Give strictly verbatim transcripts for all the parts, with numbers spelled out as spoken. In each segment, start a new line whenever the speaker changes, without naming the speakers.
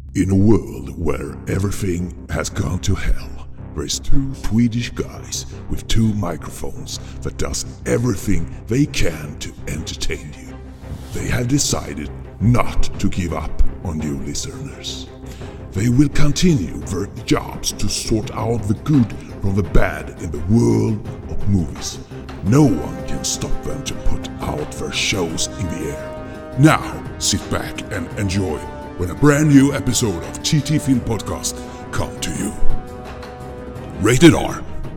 In a world where everything has gone to hell, there is two Swedish guys with two microphones that does everything they can to entertain you. They have decided not to give up on you listeners. They will continue their jobs to sort out the good from the bad in the world of movies. No one can stop them to put out their shows in the air. Now, sit back and enjoy when a brand new episode of T T Film Podcast come to you. Rated R.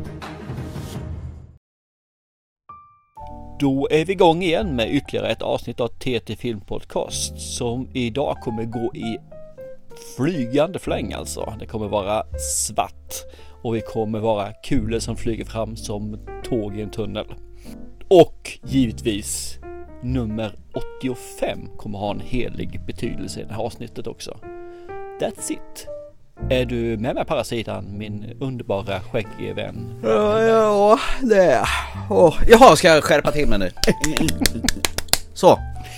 Då är vi igång igen med ytterligare ett avsnitt av T T Film Podcast som idag kommer gå i flygande fläng alltså. Det kommer vara svart och vi kommer vara kulor som flyger fram som tåg i en tunnel. Och givetvis nummer åttiofem kommer ha en helig betydelse i det här avsnittet också. That's it. Är du med mig på andra sidan, min underbara skäggige vän?
Ja, ja det är... Oh, jaha, ska jag skärpa till mig nu? Så.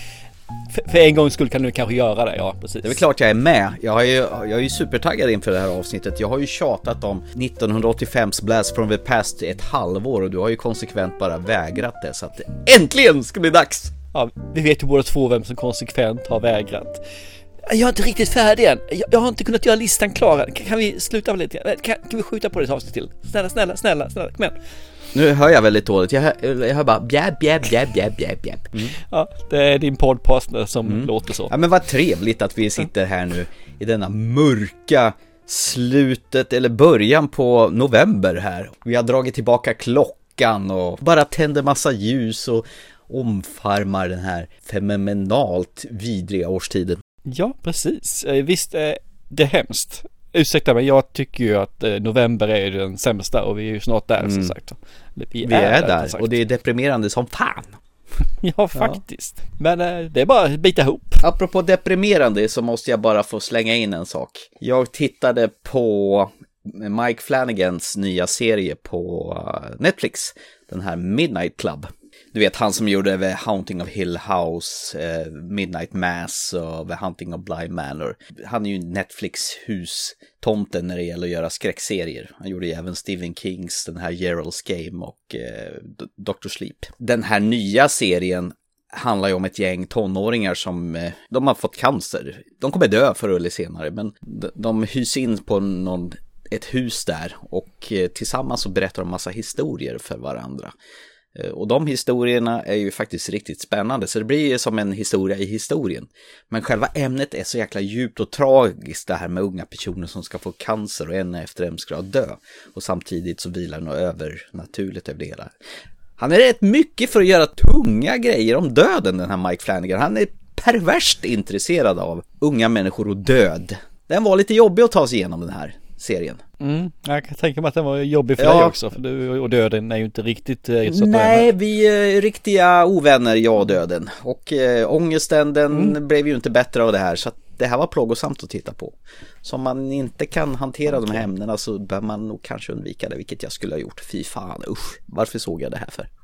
För, för en gång skulle kan du kanske göra det, ja precis.
Det är väl klart jag är med. Jag, har ju, jag är ju supertaggad inför det här avsnittet. Jag har ju tjatat om nittonhundraåttiofems Blast from the Past i ett halvår och du har ju konsekvent bara vägrat det. Så att äntligen ska bli dags!
Ja, vi vet ju båda två vem som konsekvent har vägrat. Jag är inte riktigt färdig än. Jag, jag har inte kunnat göra listan klar. Kan, kan vi sluta med lite? Kan, kan vi skjuta på det ett avsnitt till? Snälla, snälla, snälla, snälla, kom igen.
Nu hör jag väldigt dåligt. Jag hör, jag hör bara bjäb, bjäb, bjäb, bjäb, bjäb, bjäb. Mm.
Ja, det är din poddpartner som mm. låter så.
Ja, men vad trevligt att vi sitter här nu i denna mörka slutet eller början på november här. Vi har dragit tillbaka klockan och bara tänder massa ljus och omfarmar den här fenomenalt vidriga årstiden.
Ja, precis. Visst är det hemskt. Ursäkta mig, jag tycker ju att november är den sämsta och vi är ju snart där mm. som sagt.
Vi, vi är, är där, där och det är deprimerande som fan.
Ja, faktiskt. Ja. Men det är bara att bita ihop.
Apropå deprimerande så måste jag bara få slänga in en sak. Jag tittade på Mike Flanagans nya serie på Netflix. Den här Midnight Club. Du vet, han som gjorde The Haunting of Hill House, eh, Midnight Mass och The Haunting of Bly Manor. Han är ju Netflix-hustomten när det gäller att göra skräckserier. Han gjorde ju även Stephen Kings, den här Gerald's Game och eh, Doctor Sleep. Den här nya serien handlar ju om ett gäng tonåringar som eh, de har fått cancer. De kommer dö förr eller senare, men de, de hys in på någon, ett hus där och eh, tillsammans så berättar de massa historier för varandra. Och de historierna är ju faktiskt riktigt spännande. Så det blir ju som en historia i historien. Men själva ämnet är så jäkla djupt och tragiskt. Det här med unga personer som ska få cancer och en efter en ska dö. Och samtidigt så vilar något övernaturligt över det hela. Han är rätt mycket för att göra tunga grejer om döden, den här Mike Flanagan. Han är perverst intresserad av unga människor och död. Den var lite jobbig att ta sig igenom den här serien.
Mm, jag kan tänka mig att den var jobbig för
ja.
dig också, för du och döden är ju inte riktigt eh, så.
Nej, vi är riktiga ovänner, jag och döden. Och äh, ångesten, den mm. blev ju inte bättre av det här, så att det här var plågosamt att titta på. Så om man inte kan hantera okay. de här ämnena så bör man nog kanske undvika det, vilket jag skulle ha gjort. Fy fan, usch, varför såg jag det här för?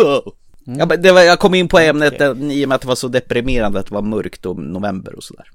Mm. Jag, det var, jag kom in på ämnet okay. där, i och med att det var så deprimerande att det var mörkt och november och sådär.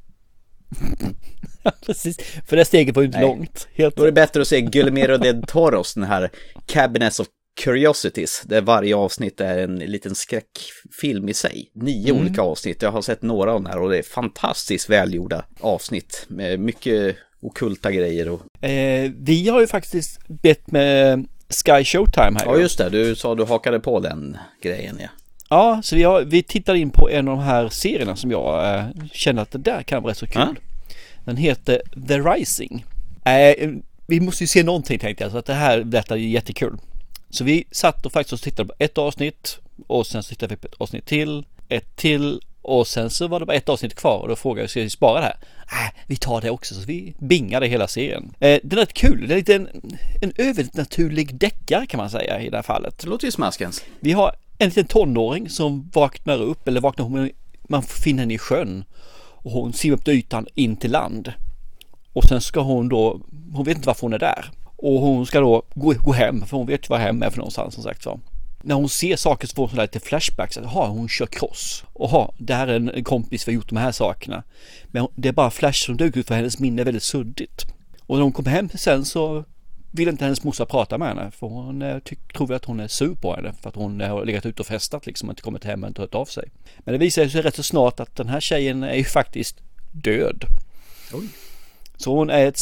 Precis, för det steget var ju inte Nej. långt.
Helt Då är det bättre att se Guillermo del Toros, den här Cabinets of Curiosities, där varje avsnitt är en liten skräckfilm i sig. Nio mm. olika avsnitt, jag har sett några av dem här och det är fantastiskt välgjorda avsnitt med mycket ockulta grejer. Och...
Eh, vi har ju faktiskt bett med Sky Showtime här.
Ja just det, du sa du hakade på den grejen, ja.
Ja, så vi, har, vi tittar in på en av de här serierna som jag eh, känner att det där kan vara rätt så kul. Ah. Den heter The Rising. Eh, vi måste ju se någonting, tänkte jag, så att det här detta är jättekul. Så vi satt och faktiskt tittade på ett avsnitt och sen så tittade vi på ett avsnitt till, ett till och sen så var det bara ett avsnitt kvar och då frågade jag, ska vi spara det här? Nej, äh, vi tar det också, så vi bingade hela serien. Eh, det är rätt kul, det är lite en, en övernaturlig deckare kan man säga i det här fallet.
Det låter ju smaskens.
Vi har en liten tonåring som vaknar upp, eller vaknar hon, man finner henne i sjön och hon simmar upp till ytan in till land och sen ska hon då, hon vet inte varför hon är där och hon ska då gå, gå hem, för hon vet ju vad hem är för någonstans som sagt så. när hon ser saker så får hon lite flashbacks. Jaha, hon kör cross. Jaha, det här är en kompis som har gjort de här sakerna. Men det är bara flash som dök ut för hennes minne är väldigt suddigt. Och när hon kommer hem sen så vill inte hennes morsa prata med henne. För hon tyck, tror att hon är sur på henne. För att hon har legat ut och festat liksom och inte kommit hem och inte hört av sig. Men det visar sig rätt så snart att den här tjejen är ju faktiskt död. Oj. Så hon är ett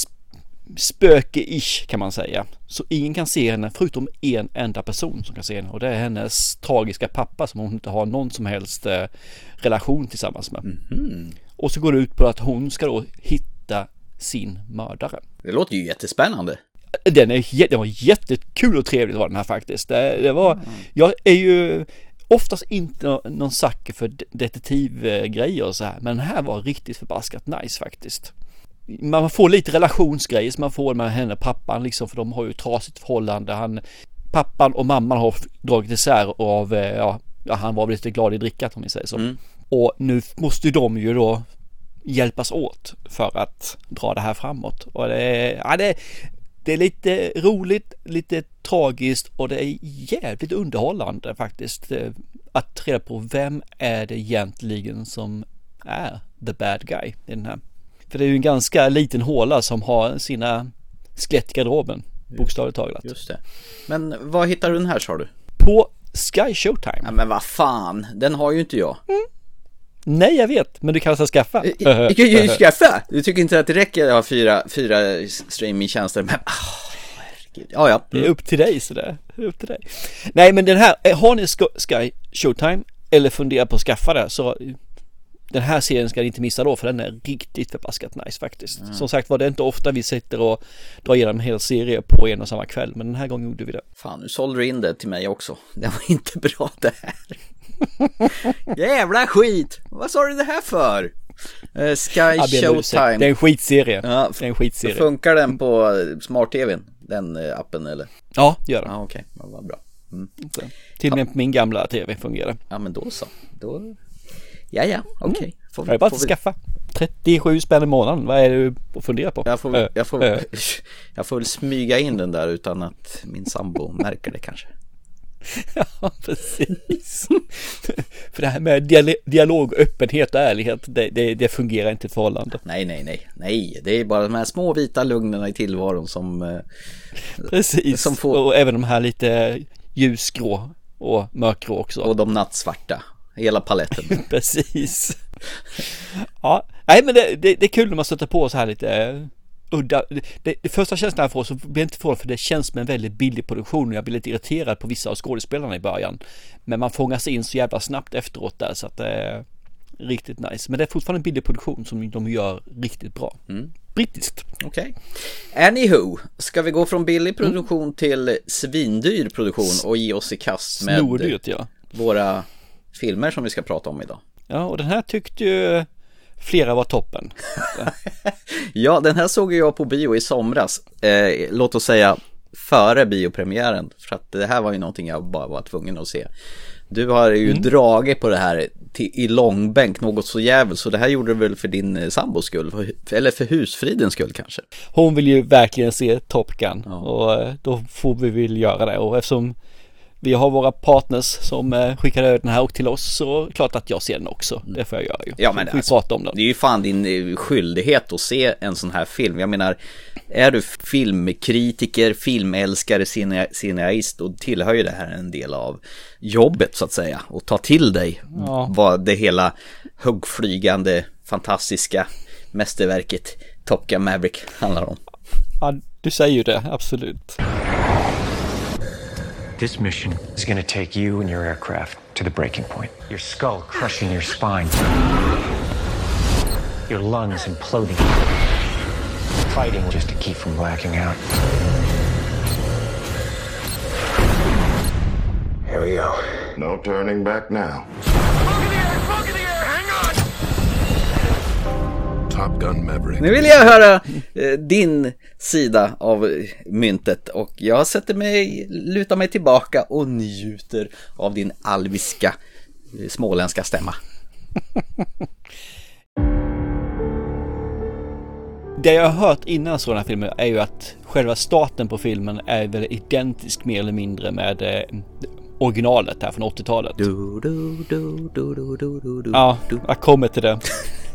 spöke-ish kan man säga. Så ingen kan se henne förutom en enda person som kan se henne. Och det är hennes tragiska pappa som hon inte har någon som helst eh, relation tillsammans med. Mm-hmm. Och så går det ut på att hon ska då hitta sin mördare.
Det låter ju jättespännande.
Den, är, den var jättekul och trevligt var den här faktiskt. Det, det var, mm. Jag är ju oftast inte någon sacker för detektivgrejer och så här. Men den här var riktigt förbaskat nice faktiskt. Man får lite relationsgrejer som man får med henne pappan liksom, för de har ju trasigt förhållande. Han, pappan och mamman har dragit isär av, ja, han var lite glad i drickat om ni säger så. Mm. Och nu måste de ju då hjälpas åt för att dra det här framåt. Och det är, ja, det, det är lite roligt, lite tragiskt och det är jävligt underhållande faktiskt. Att reda på vem är det egentligen som är the bad guy i den här. För det är ju en ganska liten håla som har sina skelett i garderoben, bokstavligt taget.
Just det. Men vad hittar du den här, sa du?
På Sky Showtime.
Ja, men vad fan, den har ju inte jag. Mm.
Nej, jag vet, men du kan alltså skaffa.
Jag kan ju skaffa. Du tycker inte att det räcker att ha fyra, fyra streamingtjänster, men... Oh, herregud. Ja, ja.
Det är upp till dig sådär. Upp till dig. Nej, men den här, har ni Sky Showtime eller funderar på att skaffa det, så... Den här serien ska ni inte missa då, för den är riktigt förbaskat nice faktiskt. Mm. Som sagt var det inte ofta vi sitter och drar igenom en hel serie på en och samma kväll, men den här gången gjorde vi det.
Fan, nu sålde du in det till mig också. Det var inte bra det här. Jävla skit! Vad sa du det här för? Uh, Sky Showtime.
Det är en skitserie. Ja,
det är en skitserie. Funkar den på smart-tvn? Den uh, appen eller?
Ja, gör den.
Ja, okej. Okay. Vad bra. Mm.
Till och med på min gamla tv fungerar.
Ja, men då så. Då... Ja, ja, okej. Okay.
Mm. Jag är bara att vi... skaffa trettiosju spänn i månaden. Vad är det du funderar på?
Jag får, jag, får, äh. jag får väl smyga in den där utan att min sambo märker det kanske.
Ja, precis. För det här med dialog, öppenhet och ärlighet, det, det, det fungerar inte i förhållande.
Nej, nej, nej. Nej, det är bara de här små vita lugnerna i tillvaron som...
Precis, som får... och även de här lite ljusgrå och mörkgrå också.
Och de nattsvarta. Hela paletten.
Precis. Ja, nej men det, det, det är kul när man sätter på så här lite udda. Det, det första känslan jag får så blir inte för för det känns som en väldigt billig produktion och jag blir lite irriterad på vissa av skådespelarna i början. Men man fångas in så jävla snabbt efteråt där så att det är riktigt nice. Men det är fortfarande en billig produktion som de gör riktigt bra. Mm. Brittiskt.
Okej. Okay. Anywho, ska vi gå från billig produktion mm. till svindyr produktion och ge oss i kast med
Snordyrt, ja.
Våra filmer som vi ska prata om idag.
Ja, och den här tyckte ju flera var toppen.
Ja, den här såg jag på bio i somras. Eh, låt oss säga före biopremiären. För att det här var ju någonting jag bara var tvungen att se. Du har ju mm. dragit på det här till, i långbänk något så jävligt. Så det här gjorde du väl för din sambos skull? För, eller för husfridens skull kanske?
Hon vill ju verkligen se Top Gun. Ja. Och då får vi väl göra det. Och eftersom vi har våra partners som eh, skickar över den här och till oss, så klart att jag ser den också. Det får jag göra ju.
Ja, men
vi alltså, prata om den.
Det är ju fan din skyldighet att se en sån här film. Jag menar, är du filmkritiker, filmälskare, cine, cineast, och tillhör ju det här en del av jobbet så att säga. Och ta till dig ja. vad det hela huggflygande, fantastiska mästerverket Top Gun Maverick handlar om.
Ja, du säger ju det, absolut.
This mission is going to take you and your aircraft to the breaking point. Your skull crushing your spine. Your lungs imploding. Fighting just to keep from blacking out.
Here we go. No turning back now.
Smoke in the air! Smoke in the air! Hang on!
Top Gun Maverick.
Nu vill jag höra eh, din sida av myntet, och jag sätter mig, lutar mig tillbaka och njuter av din alviska eh, småländska stämma.
Det jag har hört innan sådana filmer är ju att själva starten på filmen är väl identisk mer eller mindre med eh, originalet här från åttiotalet.
Du, du, du, du, du, du, du, du,
ja,
du.
jag kommer till det.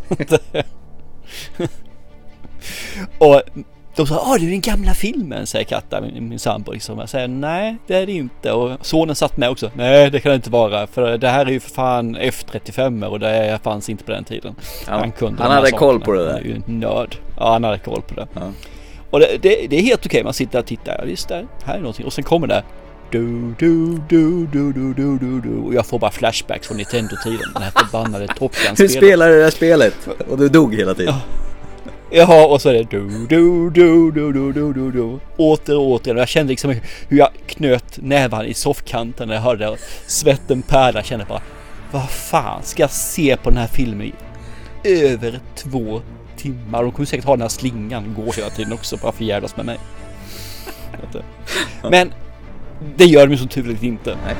Och de sa, åh, det är den gamla filmen, säger Katta, min, min sambo. Liksom. Jag säger, nej, det är det inte. Och sonen satt med också. Nej, det kan det inte vara. För det här är ju för fan F trettiofem och det fanns inte på den tiden.
Ja,
han kunde
han hade koll på det där.
Han är ju en nörd. Ja, han hade koll på det.
Ja.
Och det, det, det är helt okej. Man sitter och tittar. Ja, just det. Här är någonting. Och sen kommer det. Du, du, du, du, du, du, du, du. Och jag får bara flashbacks från Nintendo-tiden. Den här förbannade Top Gun-spelet.
Du spelade det där spelet och du dog hela tiden.
Ja. Jaha, och så är det du, du, du, du, du, du, du, du. Åter och åter. Och jag kände liksom hur jag knöt nävan i soffkanten när jag hörde det. Svetten pärla. Jag kände bara, vad fan ska jag se på den här filmen i över två timmar? De kommer säkert ha den här slingan gå hela tiden också bara för jävlas med mig. Men det gör de ju som turligt inte.
Nej.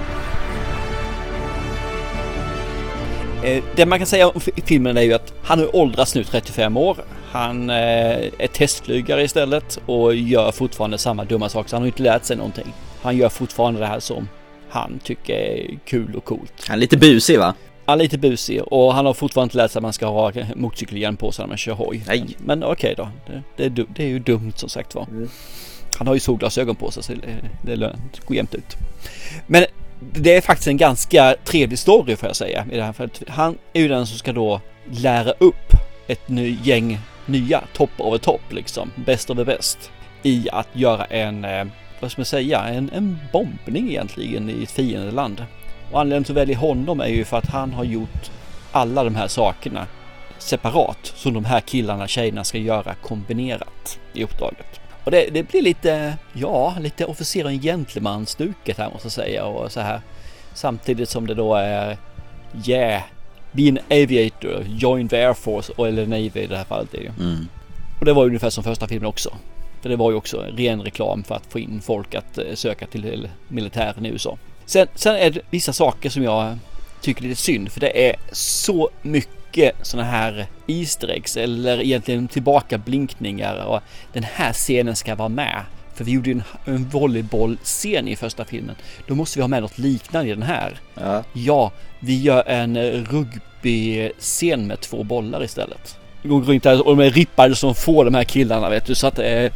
Det man kan säga om filmen är ju att han har åldrats nu trettiofem år. Han är testflygare istället och gör fortfarande samma dumma saker. Så han har inte lärt sig någonting. Han gör fortfarande det här som han tycker är kul och coolt.
Han är lite busig, va?
Han är lite busig och han har fortfarande inte lärt sig att man ska ha motorcykelhjälm på sig när man kör hoj.
Nej.
Men, men okej då. Det, det, är, det är ju dumt som sagt var. Mm. Han har ju solglasögon på sig så det, det, det går jämnt ut. Men det är faktiskt en ganska trevlig story får jag säga i det här fallet. Han är ju den som ska då lära upp ett ny gäng nya topp över topp liksom, bäst över bäst i att göra en, vad ska man säga, en, en bombning egentligen i ett fiendeland. Och anledningen till att välja honom är ju för att han har gjort alla de här sakerna separat som de här killarna, tjejerna ska göra kombinerat i uppdraget. Och det, det blir lite, ja, lite officer och gentleman-stuket här måste jag säga och så här. Samtidigt som det då är, yeah, be an aviator, join the Air Force eller Navy i det här fallet är ju.
Mm.
Och det var ju ungefär som första filmen också. För det var ju också ren reklam för att få in folk att söka till militären i U S A. Sen, sen är det vissa saker som jag tycker är lite synd, för det är så mycket såna här easter eggs eller egentligen tillbaka blinkningar och den här scenen ska vara med. För vi gjorde ju en, en volleybollscen i första filmen. Då måste vi ha med något liknande i den här.
Ja,
ja vi gör en rugbyscen med två bollar istället. Vi går runt där och de är rippade som får de här killarna, vet du. Så att eh,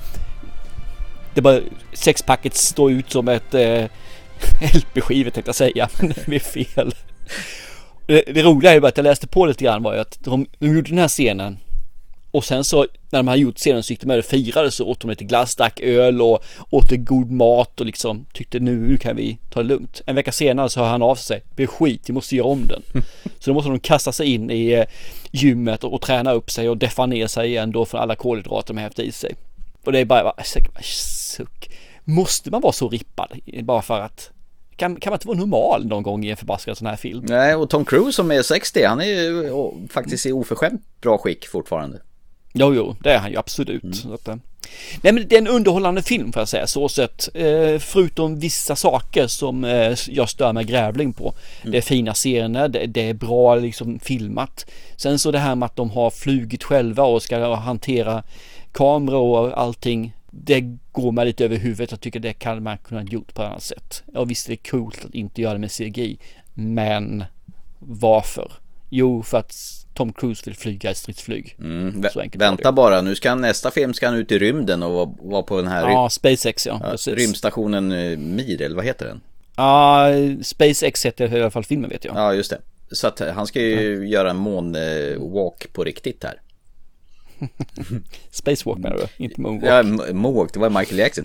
det bara sexpacket står ut som ett eh, L P-skiva tänkte jag säga. Men det blir fel. Det, det roliga är ju bara att jag läste på lite grann var ju att de, de gjorde den här scenen och sen så när de hade gjort scenen så gick de med och firade, så åt de lite glass, drack öl och åt god mat och liksom tyckte nu kan vi ta det lugnt. En vecka senare så hör han av sig, det blir skit, vi måste göra om den. Så då måste de kasta sig in i gymmet och, och träna upp sig och deffa ner sig igen då för alla kolhydrater de har haft i sig. Och det är bara, suck. Måste man vara så rippad bara för att Kan, kan man inte vara normal någon gång i en förbaskad sån här film?
Nej, och Tom Cruise som är sextio, han är ju faktiskt i oförskämt bra skick fortfarande.
Jo, jo, det är han ju absolut. Mm. Så att, nej, men det är en underhållande film får jag säga, så sett. Eh, förutom vissa saker som eh, jag stör med grävling på. Mm. Det är fina scener, det, det är bra liksom filmat. Sen så det här med att de har flugit själva och ska hantera kameror och allting. Det går mig lite över huvudet. Jag tycker det kan man kunna gjort på ett annat sätt. Och visst är det coolt att inte göra det med C G I. Men varför? Jo, för att Tom Cruise vill flyga i stridsflyg. Mm,
vä- vänta bara, nu ska han, nästa film ska han ut i rymden och vara var på den här
ja, SpaceX, ja,
ja rymdstationen uh, Mir, eller vad heter den?
Ja, SpaceX heter i alla fall filmen, vet jag.
Ja, just det. Så att han ska ju ja. göra en månwalk uh, på riktigt här.
Spacewalk menar du? Inte moonwalk.
Ja, moonwalk, det var Michael Jackson.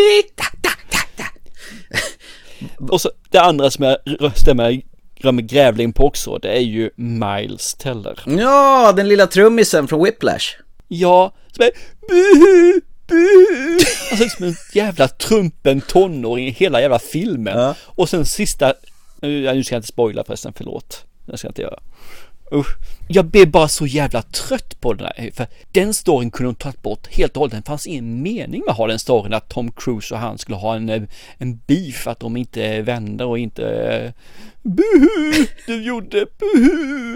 Och så det andra som jag stämmer med grävling på också, det är ju Miles Teller.
Ja, den lilla trummisen från Whiplash.
Ja, som är buhu, buhu. Alltså som en jävla trumpen tonåring i hela jävla filmen. Ja. Och sen sista, nu ska jag inte spoila förresten, förlåt. Det ska jag inte göra. Usch. Jag blev bara så jävla trött på den här, för den storyn kunde de tagit bort helt och hållet. Det fanns ingen mening med att ha den storyn att Tom Cruise och han skulle ha en, en beef, att de inte är vänner och inte buhu, du gjorde buhu.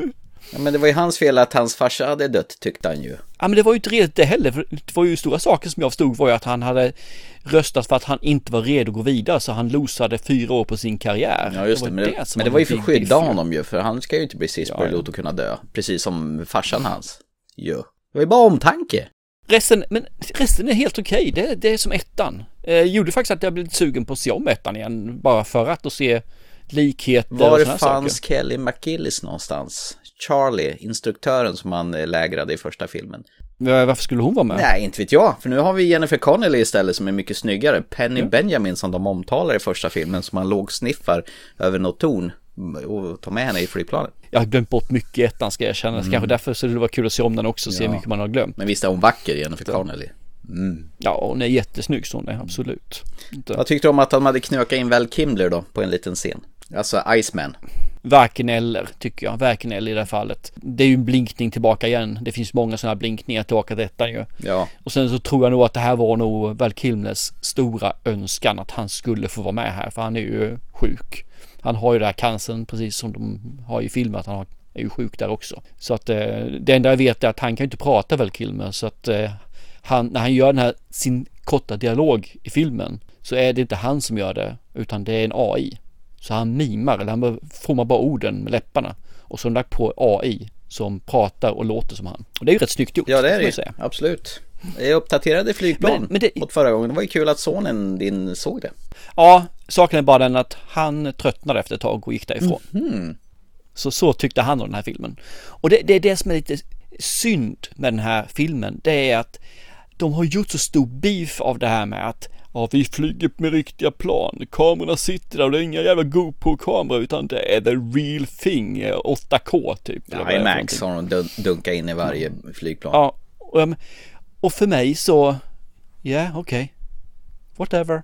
Ja, men det var ju hans fel att hans farsa hade dött, tyckte han ju.
Ja, men det var ju inte redigt det heller. För det var ju stora saker som jag förstod var ju att han hade röstat för att han inte var redo att gå vidare, så han losade fyra år på sin karriär.
Ja, just det. det men det, det men det var ju för att skydda honom ju, för han ska ju inte bli sist på pilot och kunna dö. Precis som farsan hans. Jo. Det var ju bara omtanke.
Resten, men resten är helt okej. Okay. Det, det är som ettan. Eh, gjorde faktiskt att jag blev lite sugen på att se om ettan igen. Bara för att och se likheter.
Var
och
fanns
saker.
Kelly McGillis någonstans? Charlie, instruktören som han lägrade i första filmen.
Varför skulle hon vara med?
Nej, inte vet jag. För nu har vi Jennifer Connelly istället som är mycket snyggare. Penny ja. Benjamin som de omtalar i första filmen, som han låg sniffar över något torn och tar med henne i flygplanet.
Jag har glömt bort mycket i ettan, ska jag känna. Mm. Kanske därför så det var kul att se om den också och ja. se hur mycket man har glömt.
Men visst är hon vacker, Jennifer Connelly. Mm.
Ja, hon är jättesnygg, så hon är absolut.
Inte. Jag tyckte om att de hade knökat in Val Kilmer då på en liten scen. Alltså Iceman.
Varken eller, tycker jag. Varken eller i det här fallet. Det är ju en blinkning tillbaka igen. Det finns många sådana här blinkningar tillbaka till detta ju.
Ja.
Och sen så tror jag nog att det här var nog Val Kilmers stora önskan att han skulle få vara med här. För han är ju sjuk. Han har ju det här cancern, precis som de har i filmen, att han har, är ju sjuk där också. Så att eh, det enda jag vet är att han kan ju inte prata Val Kilmer. Så att eh, han, när han gör den här sin korta dialog i filmen, så är det inte han som gör det, utan det är en A I. Så han mimar, eller han formar bara orden med läpparna. Och så har han lagt på A I som pratar och låter som han. Och det är ju rätt snyggt gjort.
Ja, det är det ju. Absolut. Det är uppdaterade flygplan men, men det, mot förra gången. Det var ju kul att sonen din såg det.
Ja, saken är bara den att han tröttnade efter ett tag och gick därifrån.
Mm.
Så så tyckte han om den här filmen. Och det, det är det som är lite synd med den här filmen. Det är att de har gjort så stor beef av det här med att ja, vi flyger med riktiga plan. Kamerorna sitter där och det är inga jävla GoPro-kameror, utan det är the real thing. åtta K typ.
Ja, i Max har de dunkat in i varje flygplan.
Ja, och, och för mig så ja, yeah, okej. Okay. Whatever.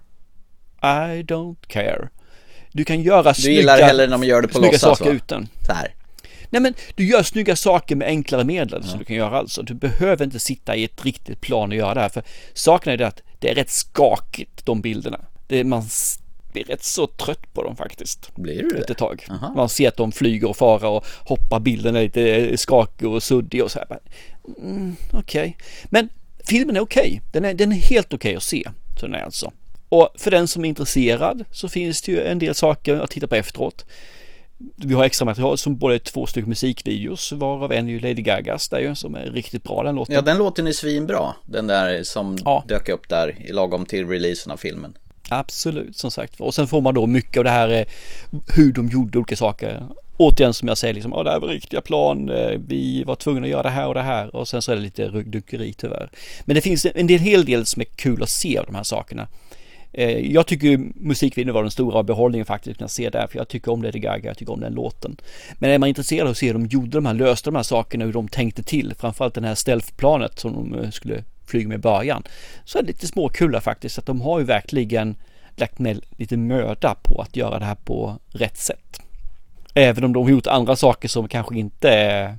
I don't care. Du kan göra
du
snygga,
gillar hellre när man gör det på
snygga
låtsas,
saker
va?
utan.
Så här.
Nej, men du gör snygga saker med enklare medel, ja. Så du kan göra alltså. Du behöver inte sitta i ett riktigt plan och göra det här. För saken är det att det är rätt skakigt, de bilderna. Det är, man blir rätt så trött på dem faktiskt.
Blir du det?
Ett tag.
Aha.
Man ser att de flyger och fara och hoppar, bilden är lite skakig och suddig och så här. Mm, okej. Okay. Men filmen är okej. Okay. Den är, den är helt okej okay att se. Så den är alltså. Och för den som är intresserad så finns det ju en del saker att titta på efteråt. Vi har extra material som både är två stycken musikvideos, varav en är ju Lady Gagas där ju, som är riktigt bra, den låten.
Ja, den låten är svinbra. Den där som
ja.
dök upp där i lagom till releasen av filmen.
Absolut, som sagt. Och sen får man då mycket av det här hur de gjorde olika saker. Återigen som jag säger, liksom, ja, det här var riktiga plan, vi var tvungna att göra det här och det här. Och sen så är det lite ryggduckeri tyvärr. Men det finns en del, hel del som är kul att se av de här sakerna. Jag tycker musikvideon var den stora behållningen faktiskt när jag ser det, för jag tycker om Lady Gaga, jag tycker om den låten. Men är man intresserad av att se hur de gjorde de här, löste de här sakerna, hur de tänkte till, framförallt den här stealth-planet som de skulle flyga med i början, så är det lite småkulla faktiskt, att de har ju verkligen lagt med lite möda på att göra det här på rätt sätt. Även om de har gjort andra saker som kanske inte är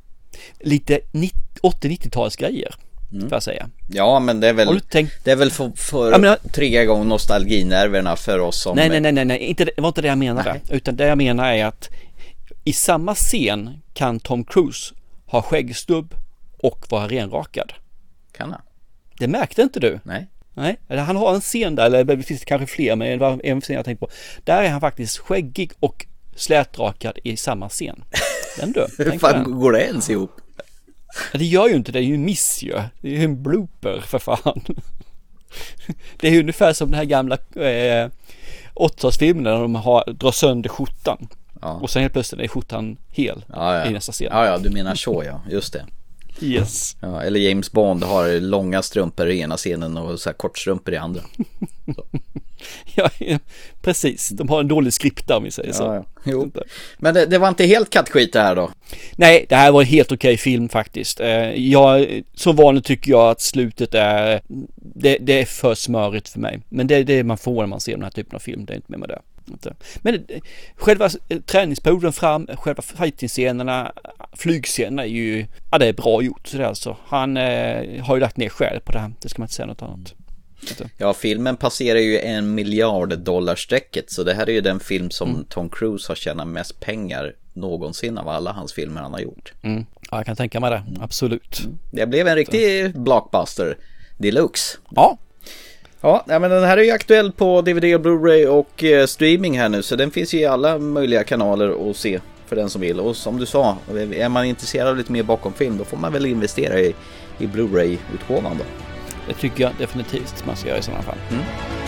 lite åttio-nittio-tals grejer. Mm. Får jag säga.
Ja, men det är väl tänkt... det är väl för, för ja, men... trigga igång nostalginerverna för oss som...
Nej, nej, nej, nej, nej. Inte, det var inte det jag menade. Nej. Utan det jag menar är att i samma scen kan Tom Cruise ha skäggstubb och vara renrakad.
Kan han?
Det märkte inte du?
Nej.
Nej, han har en scen där, eller det finns kanske fler, men det var en scen jag tänkte på. Där är han faktiskt skäggig och slätrakad i samma scen. Den du.
Hur fan går det ens ihop?
Det gör ju inte, det är ju en miss ju. Det är ju en blooper för fan. Det är ju ungefär som den här gamla eh, åttiotalsfilmen där de har, drar sönder skjortan. Ja. Och sen helt plötsligt är skjortan hel
ja, ja.
i nästa scen.
Ja, ja, du menar så, ja. Just det.
Yes.
Ja, eller James Bond har långa strumpor i ena scenen och så här kortstrumpor i andra. Så.
Ja, precis. De har en dålig skript där, om vi säger
ja,
så.
Ja. Jo. Men det, det var inte helt kattskit det här då?
Nej, det här var en helt okej film faktiskt. Jag, som vanligt tycker jag att slutet är det, det är för smörigt för mig. Men det är det man får när man ser den här typen av film. Det är inte med med det. Men själva träningsperioden fram, själva fighting-scenerna, flygscenerna är ju, ja, det är bra gjort. Så det är alltså, han eh, har ju lagt ner själv på det här. Det ska man inte säga något annat.
Ja, filmen passerar ju en miljard dollar strecket, så det här är ju den film som mm. Tom Cruise har tjänat mest pengar någonsin av alla hans filmer han har gjort.
Mm. Ja, jag kan tänka mig det, absolut.
Mm. Det blev en riktig blockbuster deluxe.
Ja.
Ja, men den här är ju aktuell på D V D och Blu-ray och eh, streaming här nu, så den finns ju i alla möjliga kanaler att se för den som vill. Och som du sa, är man intresserad av lite mer bakom film, då får man väl investera i, i Blu-ray-utgåvan då.
Det tycker jag definitivt man ska göra i sådana fall.
Mm.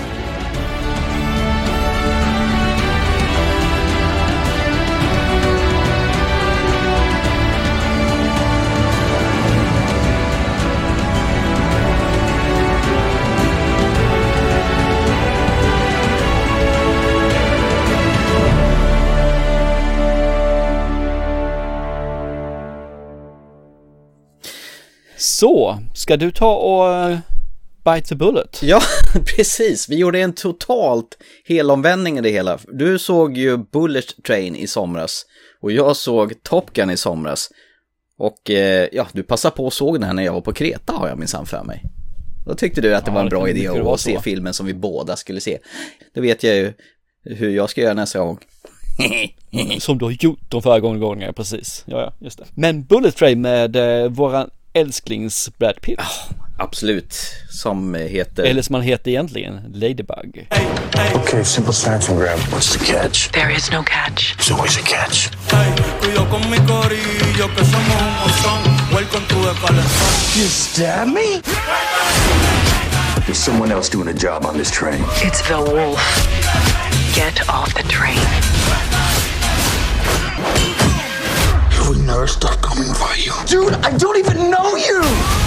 Så, ska du ta och uh, bite the bullet?
Ja, precis. Vi gjorde en totalt helomvändning i det hela. Du såg ju Bullet Train i somras och jag såg Top Gun i somras. Och eh, ja, du passade på och såg den här när jag var på Kreta, har jag minsann för mig. Då tyckte du att det ja, var en bra idé att se filmen som vi båda skulle se. Då vet jag ju hur jag ska göra nästa gång.
Som du har gjort de förra gångerna, precis. Ja, ja, just det. Men Bullet Train med eh, våran älsklings Brad Pitt.
Oh, absolut. Som heter...
Eller som han heter egentligen, Ladybug.
Hey, hey. Okay, simple snatch and grab. What's the catch?
There is no catch.
There's always a catch. You stab me? There's someone else doing a job on this train.
It's the wolf. Get off the train.
You would never stop coming for you.
Dude, I don't even know you!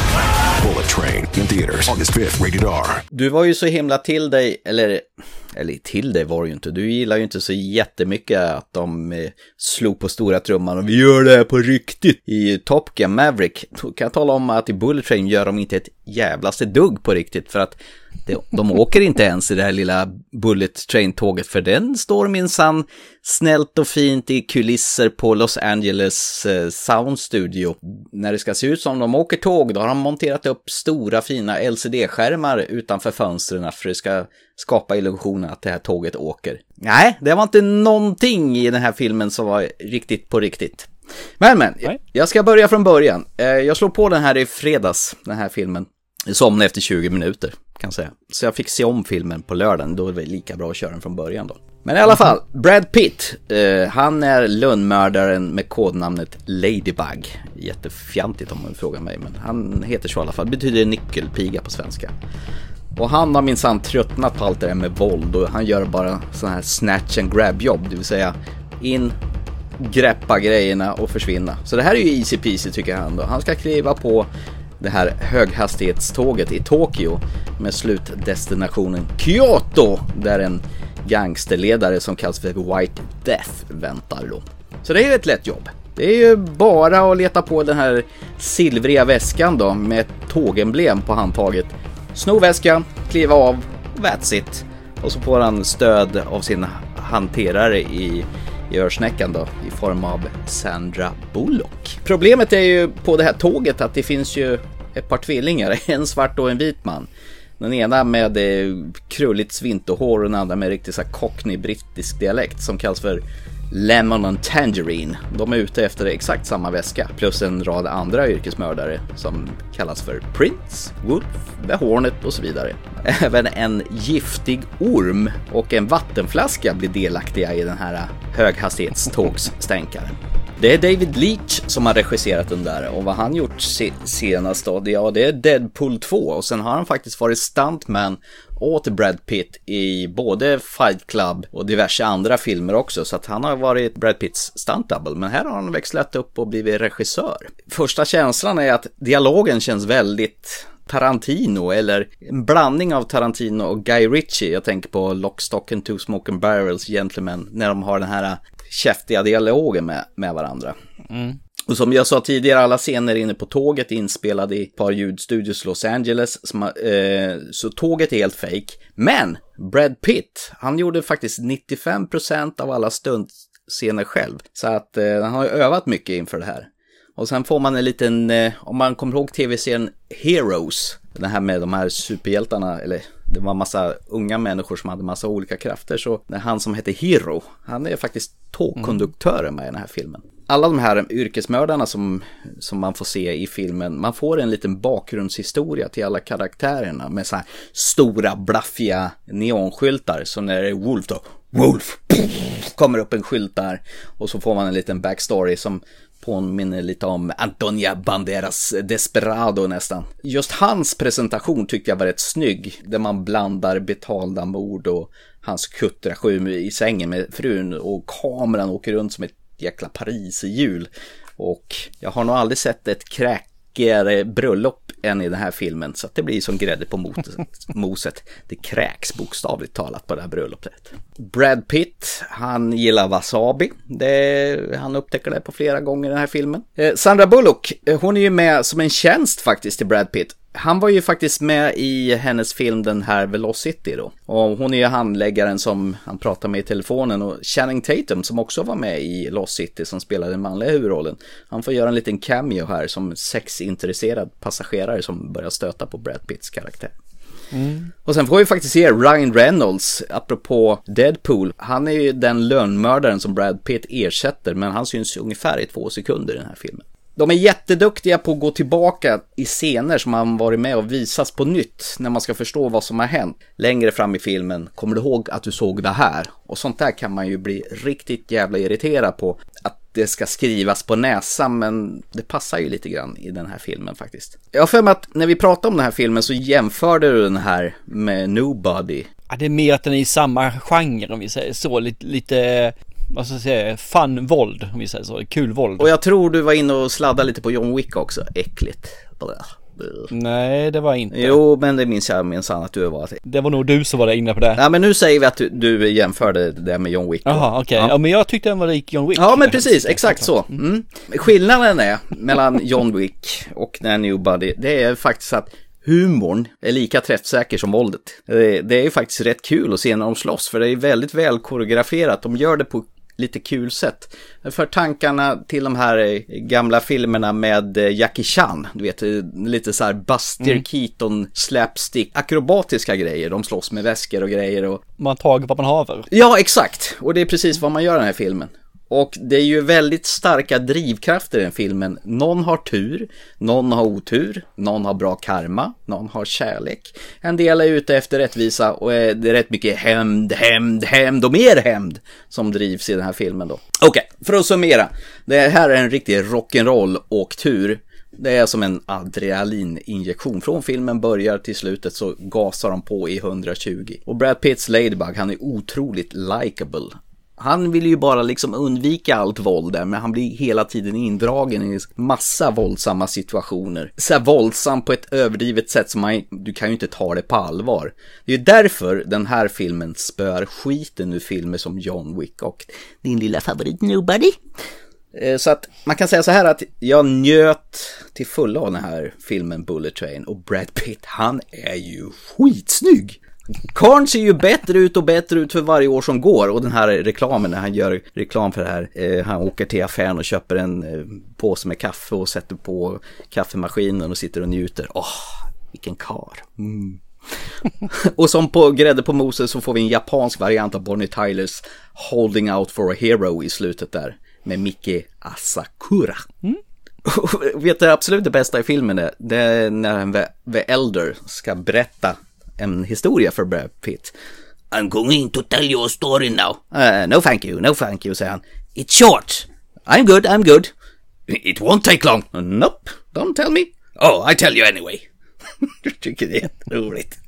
Bullet Train in theaters August fifth, rated R.
Du var ju så himla till dig, eller, eller till dig var ju inte. Du gillar ju inte så jättemycket att de eh, slog på stora trumman och vi gör det här på riktigt. I Top Gun Maverick kan jag tala om att i Bullet Train gör de inte ett jävlaste dugg på riktigt, för att de, de åker inte ens i det här lilla Bullet Train-tåget, för den står minsann snällt och fint i kulisser på Los Angeles eh, Sound Studio. När det ska se ut som de åker tåg, då har de monterat upp stora fina L C D-skärmar utanför fönstren för att det ska skapa illusionen att det här tåget åker. Nej, det var inte någonting i den här filmen som var riktigt på riktigt. Men men, jag, jag ska börja från början. Eh, jag slog på den här i fredags, den här filmen. Jag somnade efter tjugo minuter, kan jag säga. Så jag fick se om filmen på lördagen, då är det lika bra att köra den från början då. Men i alla fall, Brad Pitt, eh, han är lönnmördaren med kodnamnet Ladybug. Jättefjantigt om man frågar mig, men han heter så i alla fall. Betyder nyckelpiga på svenska. Och han har minsann tröttnat på allt det där med våld, och han gör bara sån här snatch and grab jobb, det vill säga in, greppa grejerna och försvinna. Så det här är ju easy peasy tycker han då. Han ska kliva på det här höghastighetståget i Tokyo med slutdestinationen Kyoto, där en gangsterledare som kallas för White Death väntar då. Så det är ju ett lätt jobb. Det är ju bara att leta på den här silvriga väskan då med ett tågemblem på handtaget. Sno väskan, kliva av, that's it. Och så får han stöd av sin hanterare i i örsnäckan då, i form av Sandra Bullock. Problemet är ju på det här tåget att det finns ju ett par tvillingar, en svart och en vit man. Den ena med eh, krulligt svintohår och den andra med riktigt så här cockney brittisk dialekt som kallas för Lemon and Tangerine. De är ute efter exakt samma väska, plus en rad andra yrkesmördare som kallas för Prince, Wolf, The Hornet och så vidare. Även en giftig orm och en vattenflaska blir delaktiga i den här höghastighetstågsstänkaren. Det är David Leitch som har regisserat den där, och vad han gjort se- senast då, det, ja, det är Deadpool två, och sen har han faktiskt varit stuntman åt Brad Pitt i både Fight Club och diverse andra filmer också, så att han har varit Brad Pitts stunt double, men här har han växlat upp och blivit regissör. Första känslan är att dialogen känns väldigt Tarantino, eller en blandning av Tarantino och Guy Ritchie. Jag tänker på Lock, Stock and Two Smoking Barrels, Gentlemen, när de har den här käftiga dialogen med, med varandra. Mm. Och som jag sa tidigare, alla scener inne på tåget inspelade i ett par ljudstudios Los Angeles, som, eh, så tåget är helt fake. Men Brad Pitt, han gjorde faktiskt nittiofem procent av alla stuntscener själv, så att eh, han har övat mycket inför det här. Och sen får man en liten, eh, om man kommer ihåg tv-serien Heroes, den här med de här superhjältarna, eller det var massa unga människor som hade massa olika krafter. Så han som heter Hiro, han är faktiskt tågkonduktören med i den här filmen. Alla de här yrkesmördarna som, som man får se i filmen, man får en liten bakgrundshistoria till alla karaktärerna med så här stora blaffiga neonskyltar. Så när det är Wolf då, Wolf, pff, kommer upp en skylt där och så får man en liten backstory som påminner lite om Antonia Banderas Desperado nästan. Just hans presentation tyckte jag var rätt snygg, där man blandar betalda mord och hans kuttrasju i sängen med frun och kameran åker runt som ett jäkla Paris i jul. Och jag har nog aldrig sett ett kräkigare bröllop än i den här filmen, så att det blir som grädde på moset. moset. Det kräks bokstavligt talat på det här bröllopet. Brad Pitt, han gillar wasabi. Det, han upptäcker det på flera gånger i den här filmen. Eh, Sandra Bullock, hon är ju med som en tjänst faktiskt till Brad Pitt. Han var ju faktiskt med i hennes film den här Velocity då. Och hon är ju handläggaren som han pratar med i telefonen. Och Channing Tatum som också var med i Lost City som spelade den manliga huvudrollen. Han får göra en liten cameo här som sexintresserad passagerare som börjar stöta på Brad Pitts karaktär. Mm. Och sen får vi faktiskt se Ryan Reynolds, apropå Deadpool. Han är ju den lönnmördaren som Brad Pitt ersätter, men han syns ungefär i två sekunder i den här filmen. De är jätteduktiga på att gå tillbaka i scener som man varit med och visas på nytt när man ska förstå vad som har hänt. Längre fram i filmen, kommer du ihåg att du såg det här? Och sånt där kan man ju bli riktigt jävla irriterad på. Att det ska skrivas på näsan, men det passar ju lite grann i den här filmen faktiskt. Jag har för mig att när vi pratade om den här filmen så jämförde du den här med Nobody.
Ja, det är mer att den är i samma genre om vi säger så, lite... lite... vad ska jag säga, fun våld om vi säger så, kul våld.
Och jag tror du var inne och sladdade lite på John Wick också, äckligt.
Nej, det var inte.
Jo, men det minns jag minsann att du var.
Det var nog du som var där inne på det.
Ja, men nu säger vi att du, du jämförde det med John Wick.
Jaha, okej. Okay. Ja. ja, men jag tyckte den var lik John Wick.
Ja, men precis, exakt så. Mm. Skillnaden är mellan John Wick och Nobody, det är faktiskt att humorn är lika träffsäker som våldet. Det, det är ju faktiskt rätt kul att se när de slåss, för det är väldigt väl koreograferat. De gör det på lite kul sätt. För tankarna till de här gamla filmerna med Jackie Chan, du vet, lite så här Buster mm. Keaton slapstick, akrobatiska grejer, de slåss med väskor och grejer och
man tar vad man haver.
Ja, exakt. Och det är precis vad man gör i den här filmen. Och det är ju väldigt starka drivkrafter i den filmen. Någon har tur, någon har otur, någon har bra karma, någon har kärlek. En del är ute efter rättvisa och det är rätt mycket hämnd, hämnd, hämnd och mer hämnd som drivs i den här filmen då. Okej, okay, för att summera. Det här är en riktig rock'n'roll och tur. Det är som en adrenalininjektion. Från filmen börjar till slutet så gasar de på i hundratjugo. Och Brad Pitts Ladybug, han är otroligt likable. Han vill ju bara liksom undvika allt våld där, men han blir hela tiden indragen i massa våldsamma situationer. Så här våldsam på ett överdrivet sätt som man, du kan ju inte ta det på allvar. Det är ju därför den här filmen spör skiten ur filmer som John Wick och din lilla favorit Nobody. Så att man kan säga så här att jag njöt till fulla av den här filmen Bullet Train, och Brad Pitt, han är ju skitsnygg. Karn ser ju bättre ut och bättre ut för varje år som går. Och den här reklamen, när han gör reklam för det här, eh, han åker till affären och köper en eh, påse med kaffe och sätter på kaffemaskinen och sitter och njuter. Åh, oh, vilken kar. Mm. Och som på grädde på moset så får vi en japansk variant av Bonnie Tylers Holding Out for a Hero i slutet där med Miki Asakura. Mm. Vet du absolut det bästa i filmen är? Det är när en The Elder ska berätta en historia för Brad Pitt. I'm going to tell you a story now. Uh, no thank you, no thank you, säger han. It's short. I'm good, I'm good. It won't take long. Nope, don't tell me. Oh, I tell you anyway. Jag tycker det är roligt.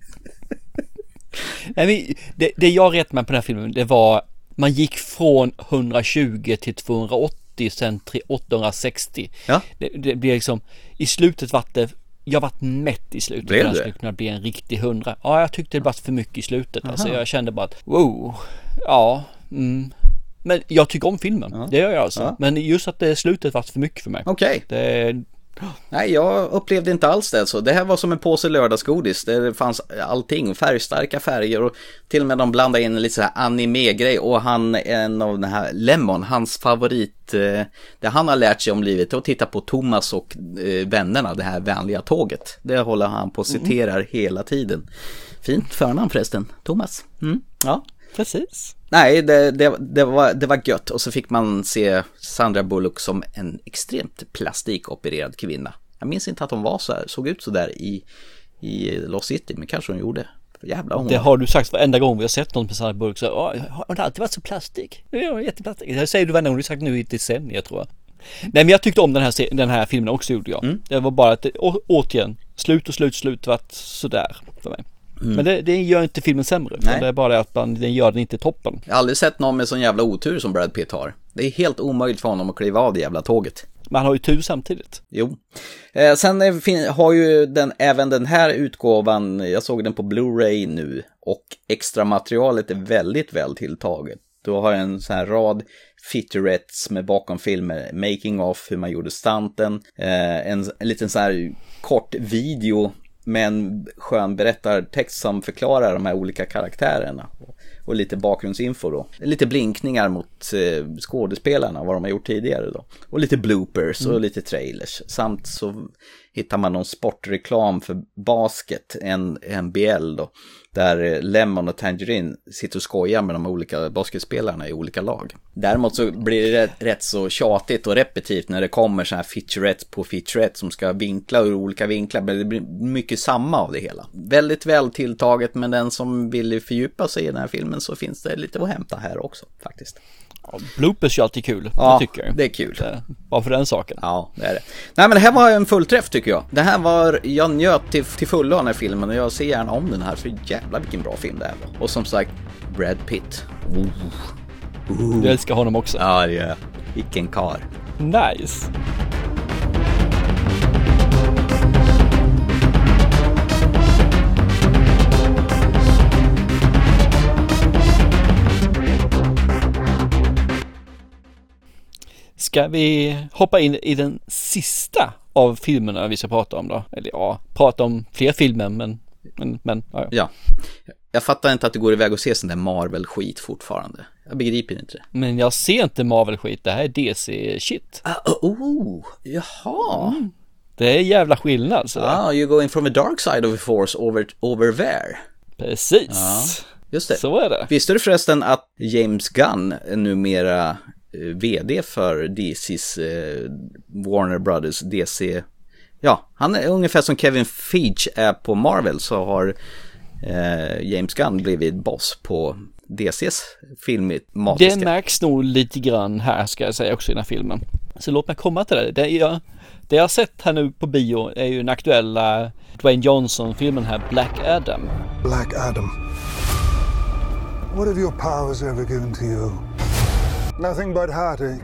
det, det jag rätt med på den här filmen, det var man gick från hundratjugo till tvåhundraåttio, sen åttahundrasextio. Ja. Det, det blir liksom, i slutet var det, jag varit mätt i slutet.
Blev
det skulle kunna bli en riktig hundra. Ja, jag tyckte det var för mycket i slutet. Alltså, jag kände bara att, wow, ja, mm. Men jag tycker om filmen, ja. Det gör jag alltså. Ja. Men just att det slutet var för mycket för mig.
Okej.
Okay.
Nej, jag upplevde inte alls det. Så det här var som en påse lördagsgodis. Det fanns allting, färgstarka färger och till och med de blandade in lite så här anime-grej. Och han, en av den här Lemon, hans favorit, eh, det han har lärt sig om livet är att titta på Thomas och eh, vännerna, det här vänliga tåget. Det håller han på och citerar mm. hela tiden. Fint förnamn förresten, Thomas. Mm, ja.
Precis.
Nej, det, det, det, var, det var gött. Och så fick man se Sandra Bullock som en extremt plastikopererad kvinna. Jag minns inte att hon var så här, såg ut så där i, i Lost City, men kanske hon gjorde. Jävla hon.
Det har du sagt varenda gång vi har sett någon med Sandra Bullock. Så, har hon alltid varit så plastik? Ja, jätteplastik. Det säger du varenda gång, du har sagt nu i ett decennium, tror jag. Nej, men jag tyckte om den här, den här filmen också, gjorde jag. Mm. Det var bara att, å, återigen, slut och slut, slut vart sådär för mig. Mm. Men det, det gör inte filmen sämre. Det är bara att man, den gör den inte toppen.
Jag har aldrig sett någon med sån jävla otur som Brad Pitt har. Det är helt omöjligt för honom att kliva av det jävla tåget.
Man har ju tur samtidigt.
Jo. Eh, sen är, fin, har ju den, även den här utgåvan, jag såg den på Blu-ray nu, och extra materialet är väldigt väl tilltaget. Då har jag en sån här rad featurettes med bakomfilmer, making of, hur man gjorde stunten, eh, en, en liten sån här kort video med en skön berättartext som förklarar de här olika karaktärerna och, och lite bakgrundsinfo då. Lite blinkningar mot eh, skådespelarna, vad de har gjort tidigare då. Och lite bloopers och mm. lite trailers. Samt så hittar man någon sportreklam för basket, en N B L då, där Lemon och Tangerine sitter och skojar med de olika basketspelarna i olika lag. Däremot så blir det rätt, rätt så tjatigt och repetitivt när det kommer så här featurette på featurette som ska vinkla ur olika vinklar, men det blir mycket samma av det hela. Väldigt väl tilltaget, men den som vill fördjupa sig i den här filmen så finns det lite att hämta här också faktiskt.
Ja, bloopers är ju alltid kul,
ja,
det tycker jag.
Det är kul. Det,
bara för den saken.
Ja, det är det. Nej, men det här var en fullträff tycker jag. Det här var, jag njöt till, till fullo av den här filmen och jag ser gärna om den här, för jävla vilken bra film det här var. Och som sagt, Brad Pitt. Uh.
Uh. Jag älskar honom också.
Ja, det är vilken kar.
Nice. Ska vi hoppa in i den sista av filmerna vi ska prata om då? Eller ja, prata om fler filmer, men... men, men ja.
ja, jag fattar inte att det går iväg och se sån där Marvel-skit fortfarande. Jag begriper inte det.
Men jag ser inte Marvel-skit, det här är D C-shit.
Uh, oh, jaha. Mm.
Det är jävla skillnad. Så
ah, you're going from the dark side of the force over, over there.
Precis.
Ja, just det.
Så är det.
Visste du förresten att James Gunn är numera vd för D C:s eh, Warner Brothers D C. Ja, han är ungefär som Kevin Feige är på Marvel, så har eh, James Gunn blivit boss på D C:s filmmatiska.
Det märks nog lite grann här, ska jag säga, också i den här filmen. Så låt mig komma till det. Det jag, det jag har sett här nu på bio är ju den aktuella Dwayne Johnson-filmen här, Black Adam.
Black Adam. What have your powers ever given to you? Nothing but heartache.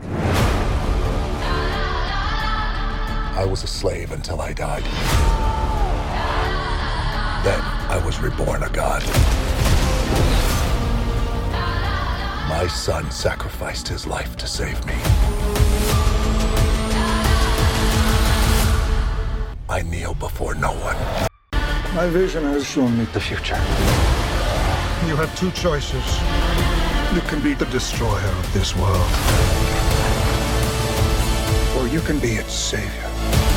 I was a slave until I died. Then I was reborn a god. My son sacrificed his life to save me. I kneel before no one.
My vision has shown me
The future.
you have two choices. You can be the destroyer of this world, or you can be its savior.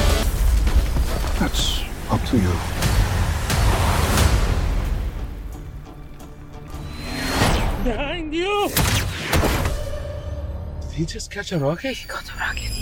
That's up to you.
Behind you!
Did he just catch a rocket?
He got a rocket.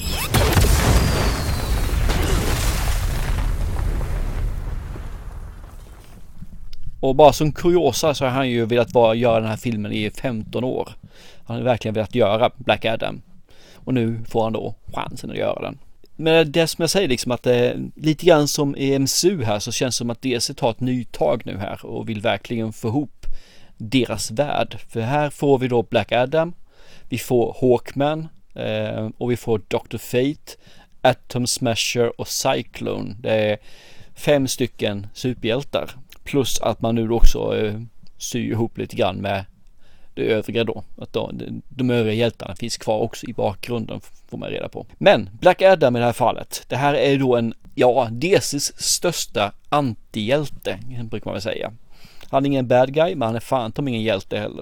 Och bara som kuriosa så har han ju velat vara, göra den här filmen i femton år. Han har verkligen velat göra Black Adam. Och nu får han då chansen att göra den. Men det som jag säger liksom att det är lite grann som i M C U här, så känns det som att D C tar ett nytag nu här och vill verkligen få ihop deras värld. För här får vi då Black Adam, vi får Hawkman eh, och vi får Doctor Fate, Atom Smasher och Cyclone. Det är fem stycken superhjältar. Plus att man nu också eh, syr ihop lite grann med det övriga då. Att de, de övriga hjältarna finns kvar också i bakgrunden, får man reda på. Men Black Adam i det här fallet, det här är då en, ja, D C:s största antihjälte, brukar man väl säga. Han är ingen bad guy, men han är fan tom ingen hjälte heller.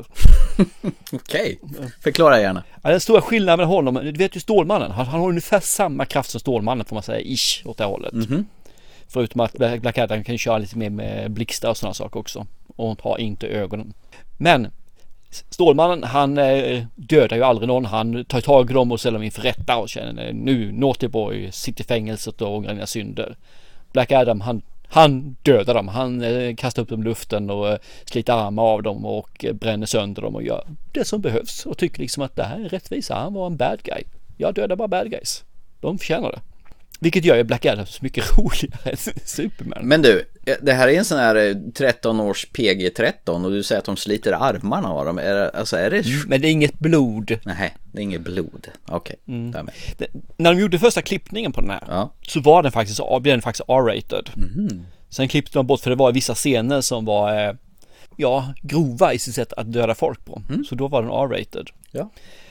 Okej, okay. Förklara gärna.
Ja, den stora skillnaden med honom, du vet ju Stålmannen, han, han har ungefär samma kraft som Stålmannen, får man säga, ish, åt det hållet. Mm-hmm. Förutom att Black Adam kan köra lite mer med blixtar och sådana saker också. Och hon har inte ögonen. Men Stålmannen, han dödar ju aldrig någon. Han tar tag i dem och ställer dem inför rätta och känner nu, Naughty Boy sitter i fängelset och ångrar sina synder. Black Adam, han, han dödar dem. Han kastar upp dem i luften och sliter armar av dem och bränner sönder dem och gör det som behövs. Och tycker liksom att det här är rättvisa. Han var en bad guy. Jag dödar bara bad guys. De förtjänar det. Vilket gör ju Black Adam så mycket roligare än Superman.
Men du, det här är en sån här tretton års P G tretton och du säger att de sliter armarna av dem. Är det, alltså är det...
Mm, men det är inget blod.
Nej, det är inget blod. Okej. Okay. Mm.
När de gjorde första klippningen på den här, ja, så var den faktiskt, blev den faktiskt R-rated. Mm. Sen klippte de bort, för det var vissa scener som var ja, grova i sitt sätt att döda folk på. Mm. Så då var den R-rated.
Ja.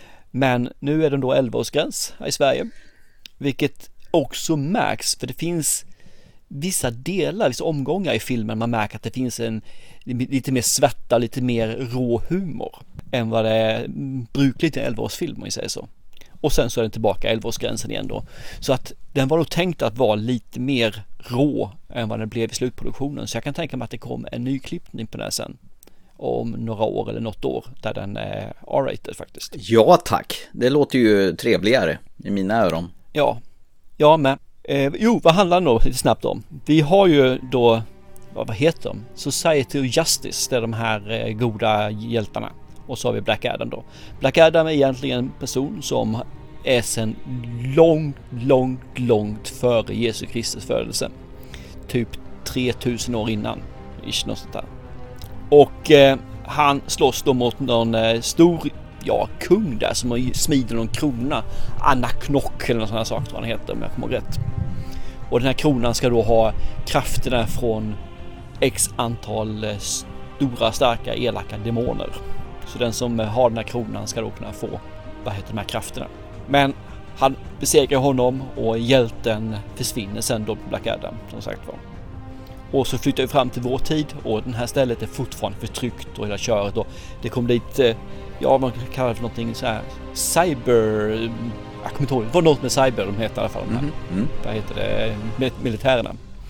Men nu är den då elva-årsgräns här i Sverige. Vilket också märks, för det finns vissa delar, vissa omgångar i filmen man märker att det finns en lite mer svärta, lite mer rå humor än vad det är brukligt i en elva-årsfilm, om man säger så. Och sen så är den tillbaka elva-årsgränsen igen då. Så att den var nog tänkt att vara lite mer rå än vad den blev i slutproduktionen. Så jag kan tänka mig att det kommer en ny klippning på den här sen om några år eller något år där den är R-rated faktiskt.
Ja tack, det låter ju trevligare i mina öron.
Ja, ja men eh, jo, vad handlar det då lite snabbt om? Vi har ju då, vad, vad heter de? Society of Justice, det är de här eh, goda hjältarna. Och så har vi Black Adam då. Black Adam är egentligen en person som är sedan långt, långt, långt före Jesu Kristus födelse. Typ tre tusen år innan, ish, något sånt där. Och eh, han slåss då mot någon eh, stor, ja, kung där som har smider någon krona. Anaknok eller något sånt här sak, vad han heter, om jag kommer ihåg rätt. Och den här kronan ska då ha krafterna från x antal eh, stora, starka, elaka demoner. Så den som har den här kronan ska då kunna få, vad heter de här krafterna. Men han besegrar honom och hjälten försvinner sen då på Black Adam, som sagt var. Och så flyttar vi fram till vår tid och den här stället är fortfarande förtryckt och hela köret. Och det kommer dit, ja, man kallar det för någonting så här cyber, jag kommer inte ihåg, det var något med cyber de heter i alla fall. De här. Mm. Mm. Vad heter det? Militärerna.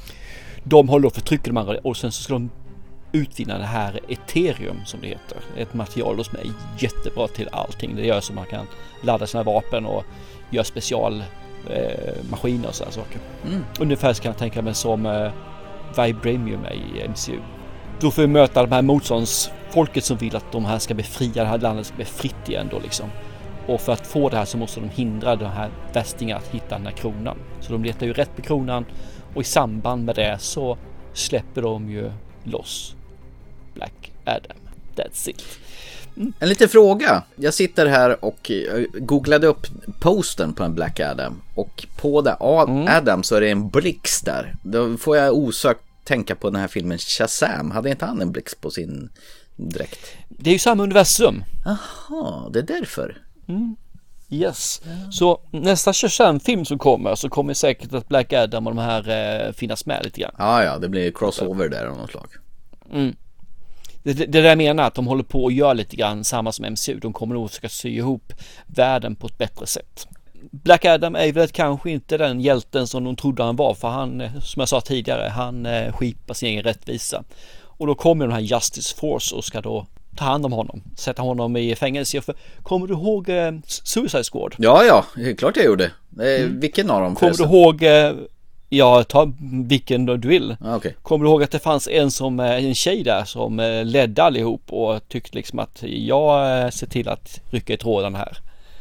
De håller och förtrycker de andra och sen så ska de utvinna det här ethereum som det heter. Ett material som är jättebra till allting. Det gör så man kan ladda sina vapen och göra special eh, maskiner och sådana saker. Mm. Ungefär så kan jag tänka mig som eh, Vibranium i M C U. Då får vi möta de här motståndsfolket som vill att de här ska befria, det här landet ska bli fritt igen då liksom. Och för att få det här så måste de hindra de här västingarna att hitta den här kronan. Så de letar ju rätt på kronan och i samband med det så släpper de ju loss Black Adam. That's it. Mm.
En liten fråga. Jag sitter här och googlade upp posten på en Black Adam. Och på det mm. Adam så är det en blixt där. Då får jag osökt tänka på den här filmen Shazam. Hade inte han en blixt på sin dräkt?
Det är ju samma universum.
Aha, det är därför.
Mm. Yes. Ja. Så nästa Shazam-film som kommer så kommer säkert att Black Adam och de här eh, finnas med lite grann.
Ja, ja, det blir crossover där av något slag.
Mm. Det, det, det där jag menar att de håller på att göra lite grann samma som M C U. De kommer nog försöka sy ihop världen på ett bättre sätt. Black Adam är väl kanske inte den hjälten som de trodde han var, för han, som jag sa tidigare, han eh, skipar sin egen rättvisa. Och då kommer den här Justice Force och ska då ta hand om honom, sätta honom i fängelse. För, kommer du ihåg eh, Suicide Squad?
Ja, ja, klart jag gjorde. Eh, mm. Vilken av dem?
Kommer förresten? Du ihåg, eh, ja, ta vilken du vill.
Ah, okay.
Kommer du ihåg att det fanns en som en tjej där som eh, ledde allihop och tyckte liksom att jag eh, ser till att rycka i tråden här.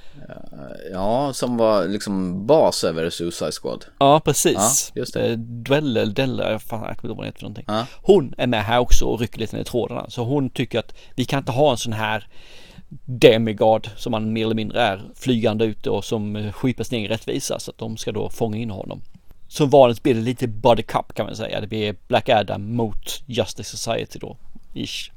Ja, som var liksom bas över Suicide Squad.
Ja, precis.
Ja, just det.
Dwelle, Della, fan, jag vet inte vad det heter för någonting.
Ja.
Hon är med här också och rycker lite i trådarna. Så hon tycker att vi kan inte ha en sån här demigod som man mer eller mindre är, flygande ute och som skipar sin egen rättvisa, så att de ska då fånga in honom. Som vanligt blir det lite body cup kan man säga. Det blir Black Adam mot Justice Society då, ish.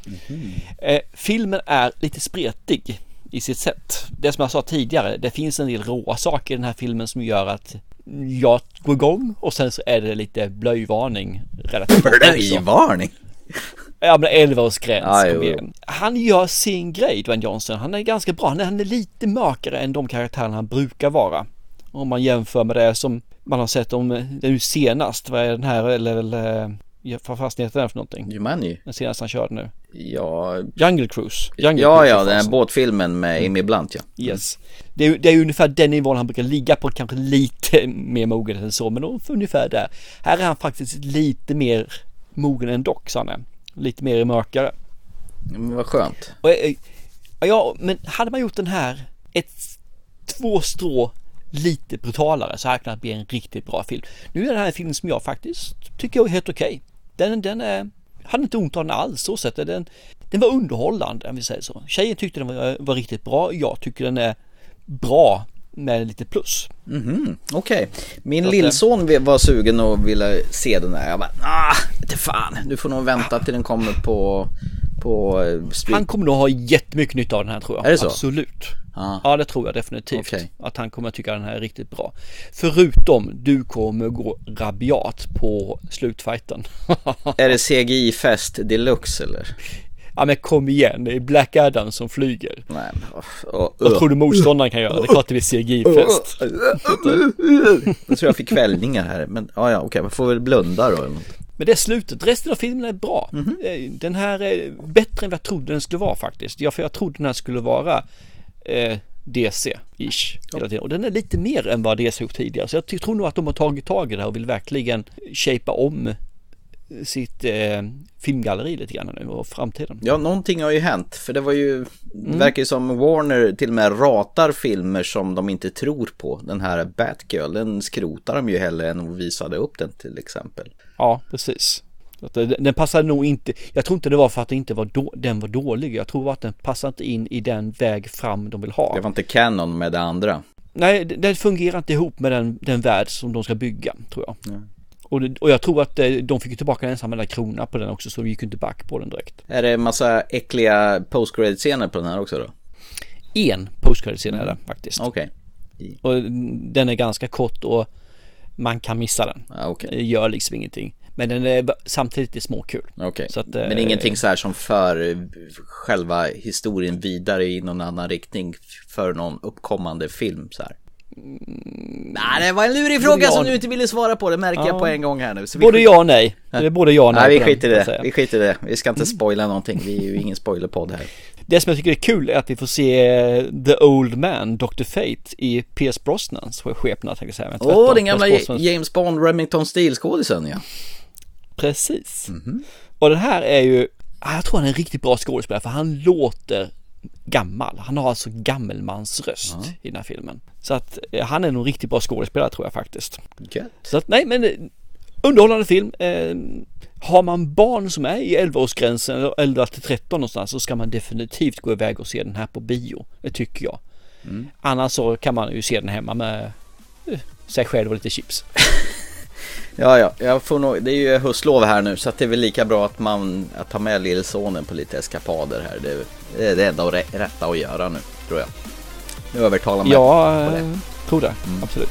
Mm. Eh, filmen är lite spretig i sitt sätt. Det som jag sa tidigare, det finns en del råa saker i den här filmen som gör att jag går igång och sen så är det lite blöjvarning.
Blöjvarning?
Ja, men elva-årsgräns.
Ah,
han gör sin grej, Dwayne Johnson. Han är ganska bra. Han är, han är lite mörkare än de karaktärer han brukar vara. Om man jämför med det som man har sett om det nu senast. Vad är den här? Eller, eller vad fast heter den för någonting?
Jumanji.
Den senaste han körde nu.
Ja.
Jungle Cruise. Jungle
ja,
Cruise
ja, den här båtfilmen med Amy Blunt, ja.
Mm. Yes. Det är, det är ungefär den nivån han brukar ligga på, kanske lite mer mogen än så, men då ungefär där. Här är han faktiskt lite mer mogen än dock, så han är. Lite mer mörkare.
Men vad skönt.
Och, ja, men hade man gjort den här ett två strå lite brutalare så här kan det bli en riktigt bra film. Nu är den här en film som jag faktiskt tycker är helt okej. Den, den är, hade inte ont av den alls så sätt. Den, den var underhållande, om vi säger så. Tjejen tyckte den var, var riktigt bra. Jag tycker den är bra med lite plus.
Mm-hmm. Okej. Okay. Min lillson var sugen och ville se den här. Jag bara, ah, inte fan. Du får nog vänta till den kommer på, på
stream. Han kommer nog ha jättemycket nytta av den här, tror jag.
Är det så?
Absolut.
Ah.
Ja, det tror jag definitivt.
Okay.
Att han kommer tycka den här är riktigt bra. Förutom du kommer gå rabiat på slutfighten.
Är det C G I-fest deluxe eller?
Ja, men kom igen, det är Black Adam som flyger.
Nej, men,
oh, oh, vad tror du motståndaren kan göra? Det är klart det blir C G I-fest.
Jag tror jag fick kvällningar här. Men ja, ja, okej, man får väl blunda då.
Men det är slutet, resten av filmen är bra. Mm-hmm. Den här är bättre än vad jag trodde den skulle vara faktiskt. Ja, för jag trodde den här skulle vara eh, D C-ish hela tiden. Och den är lite mer än vad D C gjort tidigare. Så jag tror nog att de har tagit tag i det här och vill verkligen shapea om sitt eh, filmgalleri lite grann nu och framtiden.
Ja, någonting har ju hänt. För det var ju, mm. det verkar ju som Warner till och med ratar filmer som de inte tror på. Den här Batgirl, den skrotar de ju hellre än att visade upp den till exempel.
Ja, precis. Den passade nog inte, jag tror inte det var för att det inte var då, den var dålig. Jag tror att den passade inte in i den väg fram de vill ha.
Det var inte canon med det andra.
Nej, det, det fungerar inte ihop med den, den värld som de ska bygga, tror jag.
Mm.
Och, det, och jag tror att de fick tillbaka en samma krona på den också, så de gick inte back på den direkt.
Är det en massa äckliga post-credit-scener på den här också då?
En post-credit-scen är det faktiskt.
Okej.
Okay. Och den är ganska kort och man kan missa den.
Ah, okay.
Det gör liksom ingenting. Men den är samtidigt småkul.
Okay. Så att, men äh, ingenting så här som för själva historien vidare i någon annan riktning för någon uppkommande film så här. Mm. Nej, det var en lurig fråga jag... som du inte ville svara på. Det märker ja. jag på en gång här nu. Så
både ja och nej. Det är både ja och nej.
Nej, vi skiter i det. Vi skiter i det. Vi ska inte spoila mm. någonting. Vi är ju ingen spoilerpodd här.
Det som jag tycker är kul är att vi får se The Old Man, doktor Fate i Pierce Brosnans skepnad, tänkte jag säga.
Åh, oh, den gamla James Bond Remington Steele-skådisen, ja.
Precis.
Mm-hmm.
Och den här är ju, jag tror han är en riktigt bra skådespelare, för han låter gammal. Han har alltså gammelmans röst ja. i den här filmen. Så att eh, han är nog riktigt bra skådespelare, tror jag faktiskt.
Okay.
Så att nej, men underhållande film. Eh, har man barn som är i elva-årsgränsen eller elva till tretton någonstans, så ska man definitivt gå iväg och se den här på bio. Det tycker jag. Mm. Annars så kan man ju se den hemma med eh, sig själv och lite chips.
Ja, ja, jag får nog, det är ju höstlov här nu, så att det är väl lika bra att man att ta med lillsonen på lite eskapader här. Det, det är det enda rätta att göra nu, tror jag. Nu övertalar man.
Ja, jag tror det. Mm. Absolut.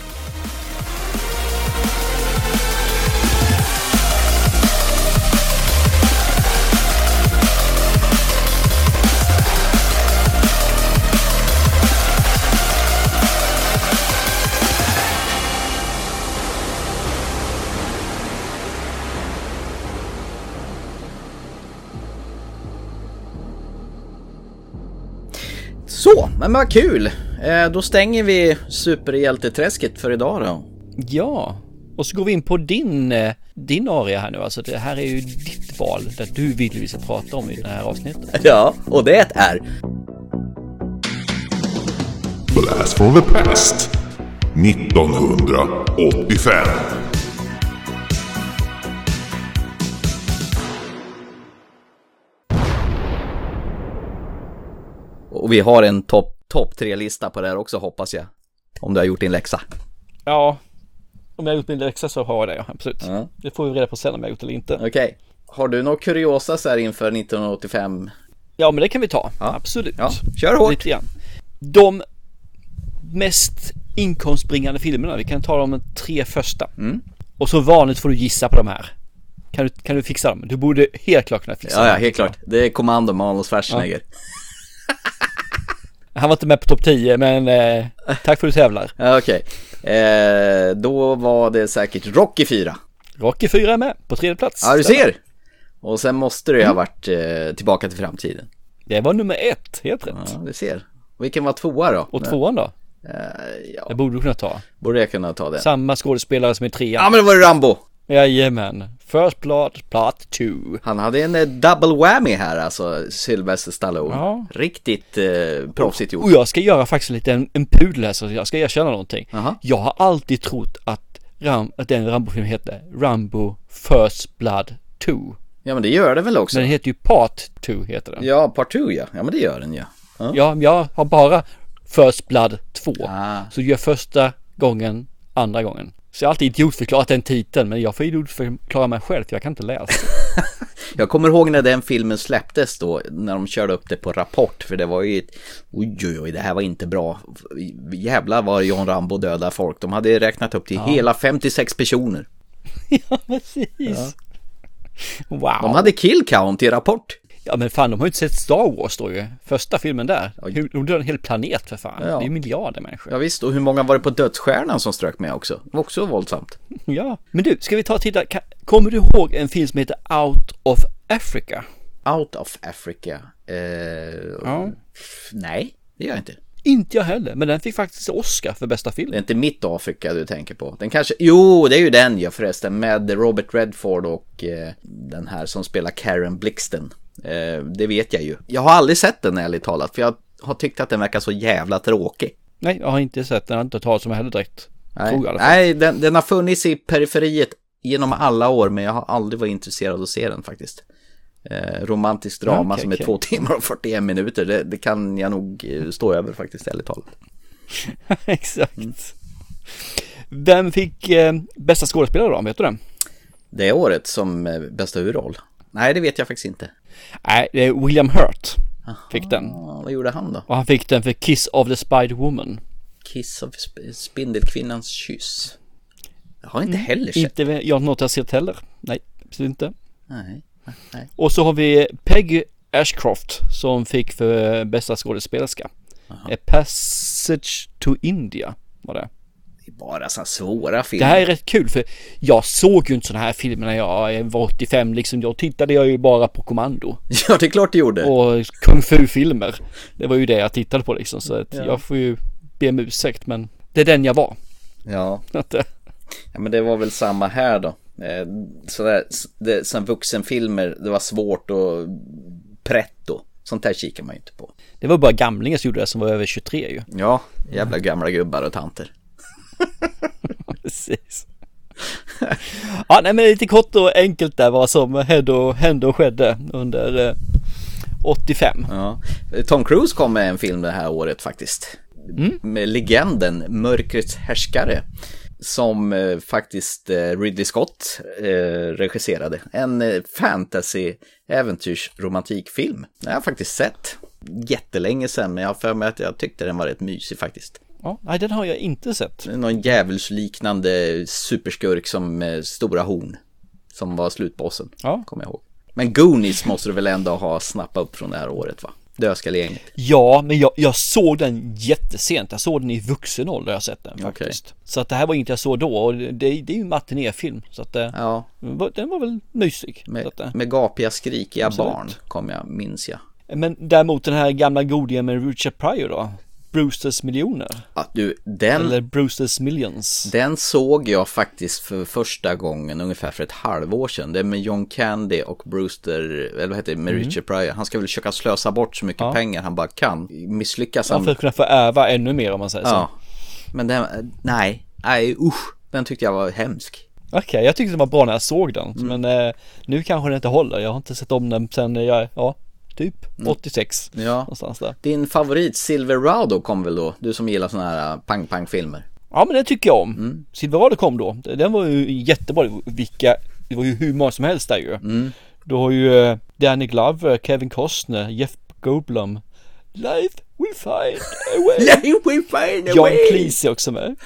Så, men vad kul. Eh, då stänger vi superhjälteträsket för idag då.
Ja, och så går vi in på din, din aria här nu. Alltså det här är ju ditt val, där du vill vi ska prata om i det här avsnittet.
Ja, och det är
Blast from the past nittonhundraåttiofem.
Och vi har en topp top tre-lista på det här också, hoppas jag. Om du har gjort din läxa.
Ja, om jag har gjort min läxa så har jag det, ja, absolut.
Ja.
Det får vi reda på sen om jag har gjort det eller inte.
Okej. Okay. Har du något kuriosa så här inför nittonhundraåttiofem?
Ja, men det kan vi ta.
Ja.
Absolut.
Ja, kör hårt.
Lite grann. De mest inkomstbringande filmerna, vi kan ta de tre första.
Mm.
Och så vanligt får du gissa på de här. Kan du, kan du fixa dem? Du borde helt klart kunna fixa
ja,
dem.
Ja, helt klart. Det är Kommando med Arnold Schwarzenegger.
Ja. Han var inte med på topp tio, men eh, tack för att du tävlar.
Ja, okej. Eh, då var det säkert Rocky fyra.
Rocky fyra är med på tredje plats.
Ja, du ser. Och sen måste det ju ha varit eh, Tillbaka till framtiden.
Det var nummer ett, helt rätt.
Ja, du ser. Och vilken var tvåa då?
Och tvåan då?
Eh, ja.
Det borde du kunna ta.
Borde jag kunna ta det?
Samma skådespelare som i trean.
Ja, men det var det Rambo.
Jajamän. First Blood, Plot two.
Han hade en eh, double whammy här, alltså Sylvester Stallone.
Ja.
Riktigt eh, proffsigt gjort.
Och jag ska göra faktiskt lite en, en pudel här, så jag ska erkänna någonting.
Aha.
Jag har alltid trott att, Ram, att den Rambo-film heter Rambo First Blood two.
Ja, men det gör det väl också.
Den heter ju Part two, heter den.
Ja, Part two, ja. Ja, men det gör den, ja. Ja,
Ja, jag har bara First Blood two.
Ah.
Så du gör första gången, andra gången. Så jag har alltid idiotförklarat den titeln, men jag får idiotförklara mig själv, för jag kan inte läsa.
Jag kommer ihåg när den filmen släpptes då, när de körde upp det på Rapport, för det var ju ett, oj oj oj, det här var inte bra. Jävlar var John Rambo döda folk. De hade räknat upp till ja. hela femtiosex personer.
Ja, precis. Ja. Wow.
De hade kill count i Rapport.
Ja, men fan, de har ju inte sett Star Wars då ju. Första filmen där. De dödade en hel planet för fan. Ja. Det är ju miljarder människor.
Ja visst, och hur många var det på Dödsstjärnan som strök med också? Det var också våldsamt.
Ja, men du, ska vi ta och titta. Kommer du ihåg en film som heter Out of Africa?
Out of Africa? Eh, ja. Nej, det gör jag inte.
Inte jag heller, men den fick faktiskt Oscar för bästa film.
Det är inte mitt Afrika du tänker på. Den kanske, jo det är ju den ja förresten, med Robert Redford och eh, den här som spelar Karen Blixten. Eh, det vet jag ju. Jag har aldrig sett den ärligt talat, för jag har tyckt att den verkar så jävla tråkig.
Nej, jag har inte sett den, jag har inte talat som heller direkt.
Nej, Nej den, den har funnits i periferiet genom alla år, men jag har aldrig varit intresserad av att se den faktiskt. Eh, romantisk drama okay, som är okay. två timmar och fyrtioen minuter, det, det kan jag nog stå över faktiskt ärligt talat.
Exakt. Mm. Vem fick eh, bästa skådespelare då, vet du det?
Det året som eh, bästa huvudroll? Nej, det vet jag faktiskt inte.
Nej, det är William Hurt fick Aha, den.
Vad gjorde han då?
Och han fick den för Kiss of the Spider Woman.
Kiss of sp- Spindelkvinnans kyss. Jag har inte heller sett.
Inte, jag har inte något sett heller. Nej, absolut inte.
Nej, nej. Och
så har vi Peggy Ashcroft som fick för bästa skådespelerska. A Passage to India var det.
Det är bara så svåra filmer.
Det här är rätt kul, för jag såg ju inte sådana här filmer när jag var åttiofem liksom. Jag tittade jag ju bara på Kommando.
Ja, det är klart det gjorde.
Och kung fu-filmer. Det var ju det jag tittade på liksom. Så att
ja.
jag får ju be om ursäkt, men det är den jag var.
Ja. Ja, men det var väl samma här då. Sådär, det, som vuxenfilmer, det var svårt och pretto. Sånt här kikar man ju inte på.
Det var bara gamlingar som gjorde det, som var över tjugotre ju.
Ja, jävla gamla gubbar och tanter.
Precis. Ja, nej, men lite kort och enkelt där vad som hände och, hände och skedde under eh, åttiofem.
Ja. Tom Cruise kom med en film det här året faktiskt. Mm. Med legenden Mörkrets härskare. Som eh, faktiskt eh, Ridley Scott eh, regisserade. En eh, fantasy äventyrsromantikfilm. Det har jag faktiskt sett jättelänge sedan, men jag har för mig att jag tyckte den var rätt mysig faktiskt.
Ja, nej, den har jag inte sett.
Någon djävulsliknande superskurk som med stora horn som var slutbossen, ja. Kommer jag ihåg. Men Goonies måste du väl ändå ha snappat upp från det här året, va? Dödskallegänget.
Ja, men jag, jag såg den jättesent. Jag såg den i vuxen ålder, jag har sett den faktiskt. Okay. Så att det här var inte jag såg då. Och det, det är ju en matinéfilm. Så att det,
ja.
Den var väl mysig.
Med,
så att det,
med gapiga, skrikiga absolut. Barn, kom jag, minns jag.
Men däremot den här gamla godingen med Richard Pryor då? Brewsters miljoner.
Ja, du, den,
eller Brewsters Millions.
Den såg jag faktiskt för första gången ungefär för ett halvår sedan. Det är med John Candy och Brewster, eller vad heter det, med mm. Richard Pryor. Han ska väl försöka slösa bort så mycket ja. pengar han bara kan. Misslyckas han.
Ja, för att kunna få öva ännu mer om man säger
ja.
så.
Men den, nej, nej, usch. Den tyckte jag var hemsk.
Okej, okay, jag tyckte den var bra när jag såg den. Mm. Men eh, nu kanske den inte håller. Jag har inte sett om den sen jag, ja. Typ mm. åttiosex.
Ja.
Någonstans där.
Din favorit Silverado kom väl då? Du som gillar såna här pang-pang-filmer.
Ja, men det tycker jag om. Mm. Silverado kom då. Den var ju jättebra. Vilka, det var ju hur många som helst där ju.
Mm.
Då har ju uh, Danny Glover, Kevin Costner, Jeff Goldblum. Life will find a way.
Life will find a
John
way.
John Cleese är också med.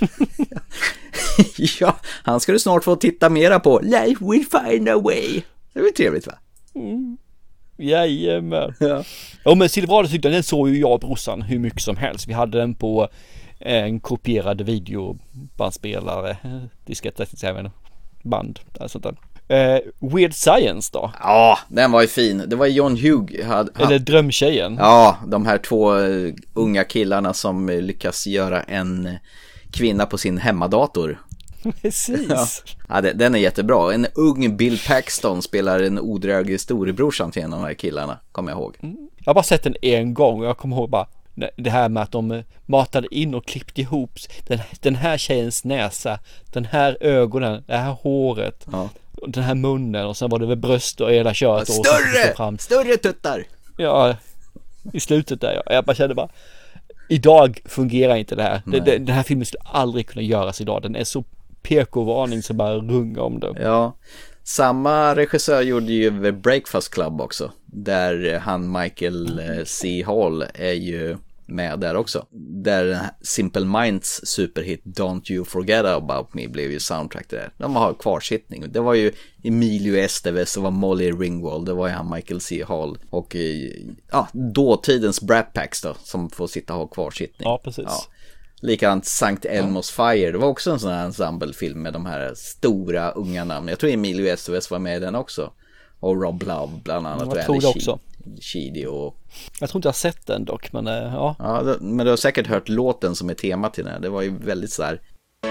Ja, han ska du snart få titta mera på. Life will find a way. Det är trevligt, va?
Mm. Jajamän.
Ja.
Ja, men Silverado-cyklarna, den såg ju jag och brorsan hur mycket som helst. Vi hade den på en kopierad videobandspelare, diskett sextioseven band, alltså sånt där. Eh, Weird Science då?
Ja, den var ju fin. Det var John Hughes. Hade,
Eller Drömtjejen.
Ja, de här två uh, unga killarna som uh, lyckas göra en uh, kvinna på sin hemmadator.
Precis.
Ja, ja det, den är jättebra. En ung Bill Paxton spelar en odräglig storebrorsan till en av de här killarna, kommer jag ihåg.
Mm. Jag har bara sett den en gång och jag kommer ihåg bara det här med att de matade in och klippte ihop den, den här tjejens näsa, den här ögonen, det här håret,
ja.
Den här munnen, och sen var det väl bröst och hela köret.
Ja, större! Fram. Större tuttar!
Ja, i slutet där. Ja. Jag bara kände bara, idag fungerar inte det här. Det, det, den här filmen skulle aldrig kunna göras idag. Den är så P K-varning som bara runga om det.
Ja, samma regissör gjorde ju The Breakfast Club också. Där han Michael C. Hall är ju med där också. Där Simple Minds superhit Don't You Forget About Me blev ju soundtrack där. De har kvarsittning. Det var ju Emilio Estevez, det var Molly Ringwald, det var ju han Michael C. Hall och ja, dåtidens Brat Packs då, som får sitta och ha kvarsittning.
Ja, precis. Ja.
Likadant Sankt Elmos ja. Fire, det var också en sån här ensemblefilm med de här stora unga namn. Jag tror Emilio Estevez var med i den också. Och Rob Love bland annat.
Jag tror det också.
Sheedy och...
Jag tror inte jag har sett den dock, men ja.
Ja, det, men du har säkert hört låten som är tema till den här. Det var ju väldigt så här...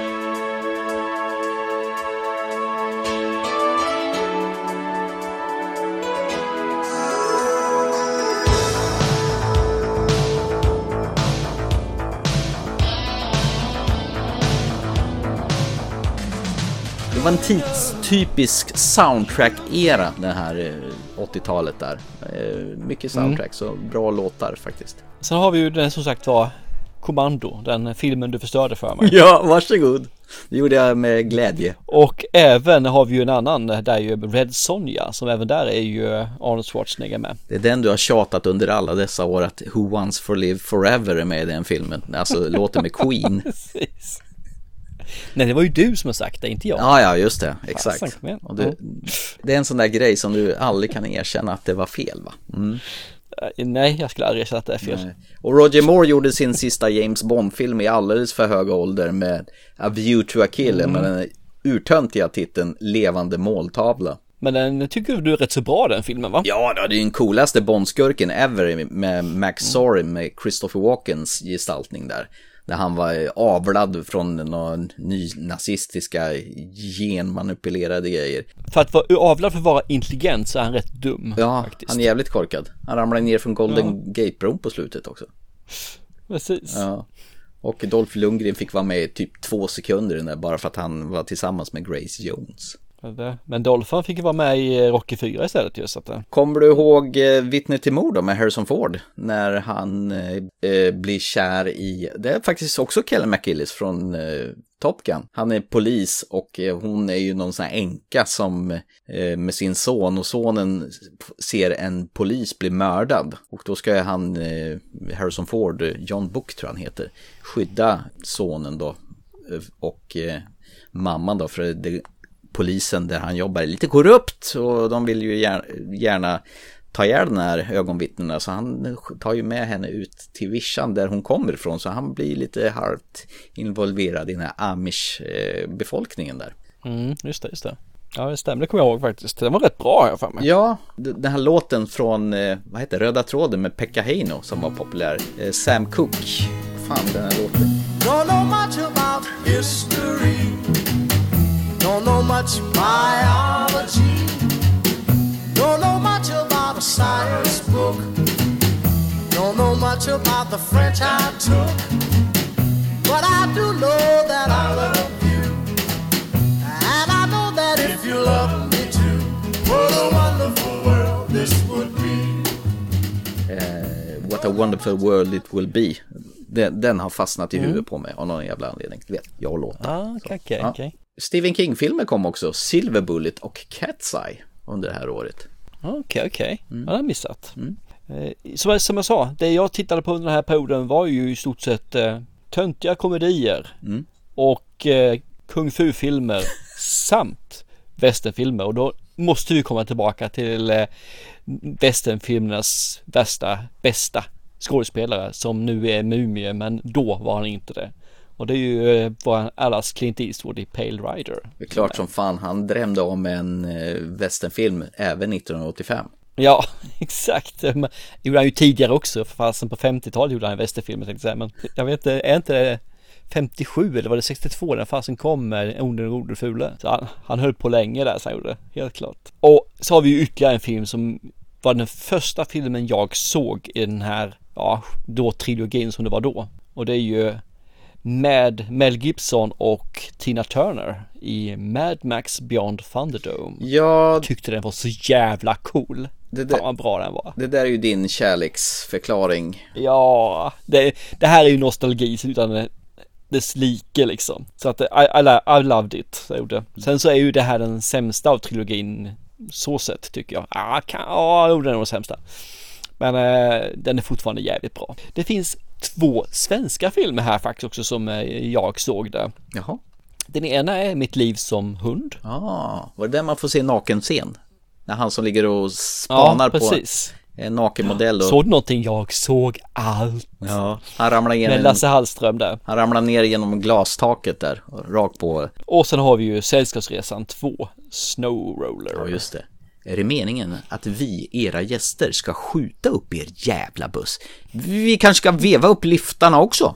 Det var en tidstypisk soundtrack-era, den här åttiotalet där. Mycket soundtrack, mm. så bra låtar faktiskt.
Sen har vi ju den som sagt var Kommando, den filmen du förstörde för mig.
Ja, varsågod. Det gjorde jag med glädje.
Och även har vi ju en annan, där är ju Red Sonja, som även där är ju Arnold Schwarzenegger med.
Det är den du har tjatat under alla dessa år, att Who Wants for Live Forever är med i den filmen. Alltså låter med Queen.
Precis. Nej, det var ju du som har sagt det, inte jag.
Ja, ja, just det, exakt.
Fan,
och du, det är en sån där grej som du aldrig kan erkänna att det var fel, va? Mm.
Nej, jag skulle aldrig erkänna att det är fel. Nej.
Och Roger Moore gjorde sin sista James Bond-film i alldeles för hög ålder med A View to a Kill, mm. med den urtöntiga titeln Levande måltavla.
Men den tycker du är rätt så bra, den filmen, va?
Ja, det är ju den coolaste Bondskurken ever med Max Zorin, med Christopher Walkens gestaltning där. Där han var avlad från någon ny nazistiska genmanipulerade grejer.
För att vara avlad för att vara intelligent så är han rätt dum.
Ja,
faktiskt.
Han är jävligt korkad. Han ramlade ner från Golden ja. Gate-bron på slutet också.
Precis.
Ja. Och Dolph Lundgren fick vara med i typ två sekunder där, bara för att han var tillsammans med Grace Jones.
Men Dolph fick vara med i Rocky fyra istället just att det.
Kommer du ihåg eh, Vittne till mord då med Harrison Ford, när han eh, blir kär i, det är faktiskt också Kelly McGillis från eh, Top Gun. Han är polis och eh, hon är ju någon sån här änka som eh, med sin son, och sonen ser en polis bli mördad, och då ska han eh, Harrison Ford, John Book tror han heter, skydda sonen då och eh, mamman då, för det polisen där han jobbar är lite korrupt och de vill ju gärna, gärna ta ihjäl den här ögonvittnena, så han tar ju med henne ut till vischan där hon kommer ifrån, så han blir lite halvt involverad i den här Amish-befolkningen där.
Mm, just det, just det. Ja, det stämmer, det kommer jag ihåg faktiskt. Den var rätt bra här för mig.
Ja, den här låten från, vad heter Röda tråden med Pekka Heino som var populär. Sam Cooke. Fan, den här låten.
Don't know much about history. Don't know much biology. Don't know much about a science book. Don't know much about the French I took. But I do know that I love you. And I know that if you love me too, what a wonderful world this would be.
Uh, what a wonderful world it will be. Den, den har fastnat i huvudet mm. på mig av någon jävla anledning. Vet, jag låter.
Ah, okej, okej.
Stephen King-filmer kom också. Silver Bullet och Cat's Eye. under det här året.
Okej, okay, okej. Okay. Mm. Ja, det har jag missat.
Mm.
Eh, som, som jag sa, det jag tittade på under den här perioden var ju i stort sett eh, töntiga komedier
mm.
och eh, kung fu-filmer samt westernfilmer. Och då måste vi komma tillbaka till eh, westernfilmernas värsta, bästa skådespelare som nu är mumie, men då var han inte det. Och det är ju eh, var allas Clint Eastwood i Pale Rider.
Det är klart som fan, han drömde om en eh, westernfilm även nittonhundraåttiofem.
Ja, exakt. Det gjorde han ju tidigare också, för fasen på femtiotalet gjorde han en westernfilm, tänkte jag säga. Men jag vet inte, är inte det femtiosju eller var det sextiotvå när fasen kom med Onden och Gode Fule? Så han, han höll på länge där, så han gjorde det, helt klart. Och så har vi ju ytterligare en film som var den första filmen jag såg i den här, ja, då trilogin som det var då. Och det är ju med Mel Gibson och Tina Turner i Mad Max Beyond Thunderdome.
Jag
tyckte den var så jävla cool. Det där, Fan vad bra den var.
Det där är ju din kärleksförklaring.
Ja, det, det här är ju nostalgi utan dess like liksom. Så att I, I, I loved it, så jag gjorde. Sen så är ju det här den sämsta av trilogin, så sett tycker jag. Ah, kan, ah, jo, den är den sämsta. Men eh, den är fortfarande jävligt bra. Det finns två svenska filmer här faktiskt också som eh, jag såg där.
Jaha.
Den ena är Mitt liv som hund.
Ja, ah, var det där man får se nakenscen? När han som ligger och spanar
ja, precis.
på en nakenmodell. Och...
Såg någonting, jag såg allt.
Ja, han ramlar ner.
Med Lasse Hallström där.
Han ramlar ner genom glastaket där, rakt på.
Och sen har vi ju Sällskapsresan två, Snow Roller.
Ja, just det. Är det meningen att vi, era gäster, ska skjuta upp er jävla buss? Vi kanske ska veva upp liftarna också?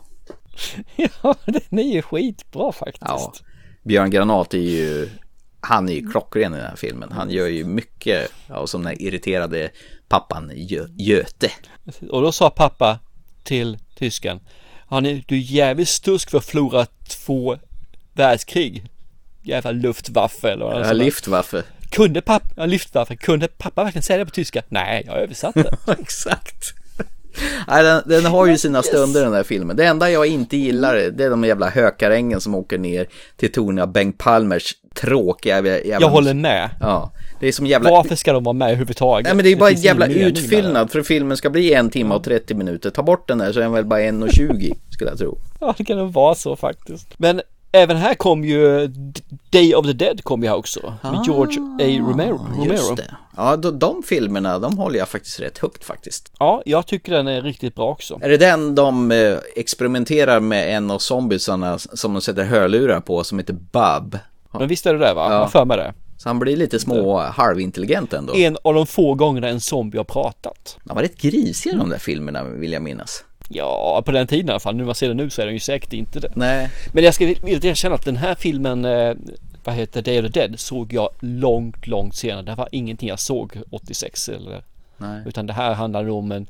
Ja, den är ju skitbra faktiskt.
Ja, Björn Granat är ju, han är ju klockren i den här filmen. Han gör ju mycket, ja, som den irriterade pappan Gö- Göte.
Och då sa pappa till tysken, han är, du är jävligt stusk för att förlora två världskrig. Jävla Luftwaffe eller vad.
Ja, Luftwaffe.
Kunde pappa, ja, Luftwaffe, kunde pappa verkligen säga det på tyska? Nej, jag översatte.
Exakt. Nej, den, den har ju sina stunder, den här filmen. Det enda jag inte gillar, det är de jävla hökarängen som åker ner till tornen av Bengt Palmers tråkiga jävla...
Jag håller med.
Ja, det är som jävla...
Varför ska de vara med överhuvudtaget?
Nej, men det är bara en jävla utfyllnad för filmen ska bli en timme och trettio minuter. Ta bort den där så är den väl bara en och tjugo, skulle jag tro.
Ja, det kan nog vara så faktiskt. Men även här kom ju Day of the Dead kom ju här också. Med ah, George A. Romero.
Just det. Ja, de, de filmerna, de håller jag faktiskt rätt högt faktiskt.
Ja, jag tycker den är riktigt bra också.
Är det den de eh, experimenterar med en av zombiesarna som de sätter hörlurar på som heter Bob?
Men visst är det där, va?
Ja.
Man för med det.
Så han blir lite små halvintelligent ändå.
En av de få gångerna en zombie har pratat.
Han var rätt grisig i de där filmerna, vill jag minnas.
Ja, på den tiden i alla fall. Nu man ser det nu så är den ju säkert inte det.
Nej.
Men jag ska vilja erkänna att den här filmen, eh, vad heter Day of the Dead, såg jag långt, långt senare. Det var ingenting jag såg åttiosex eller... Nej. Utan det här handlar om en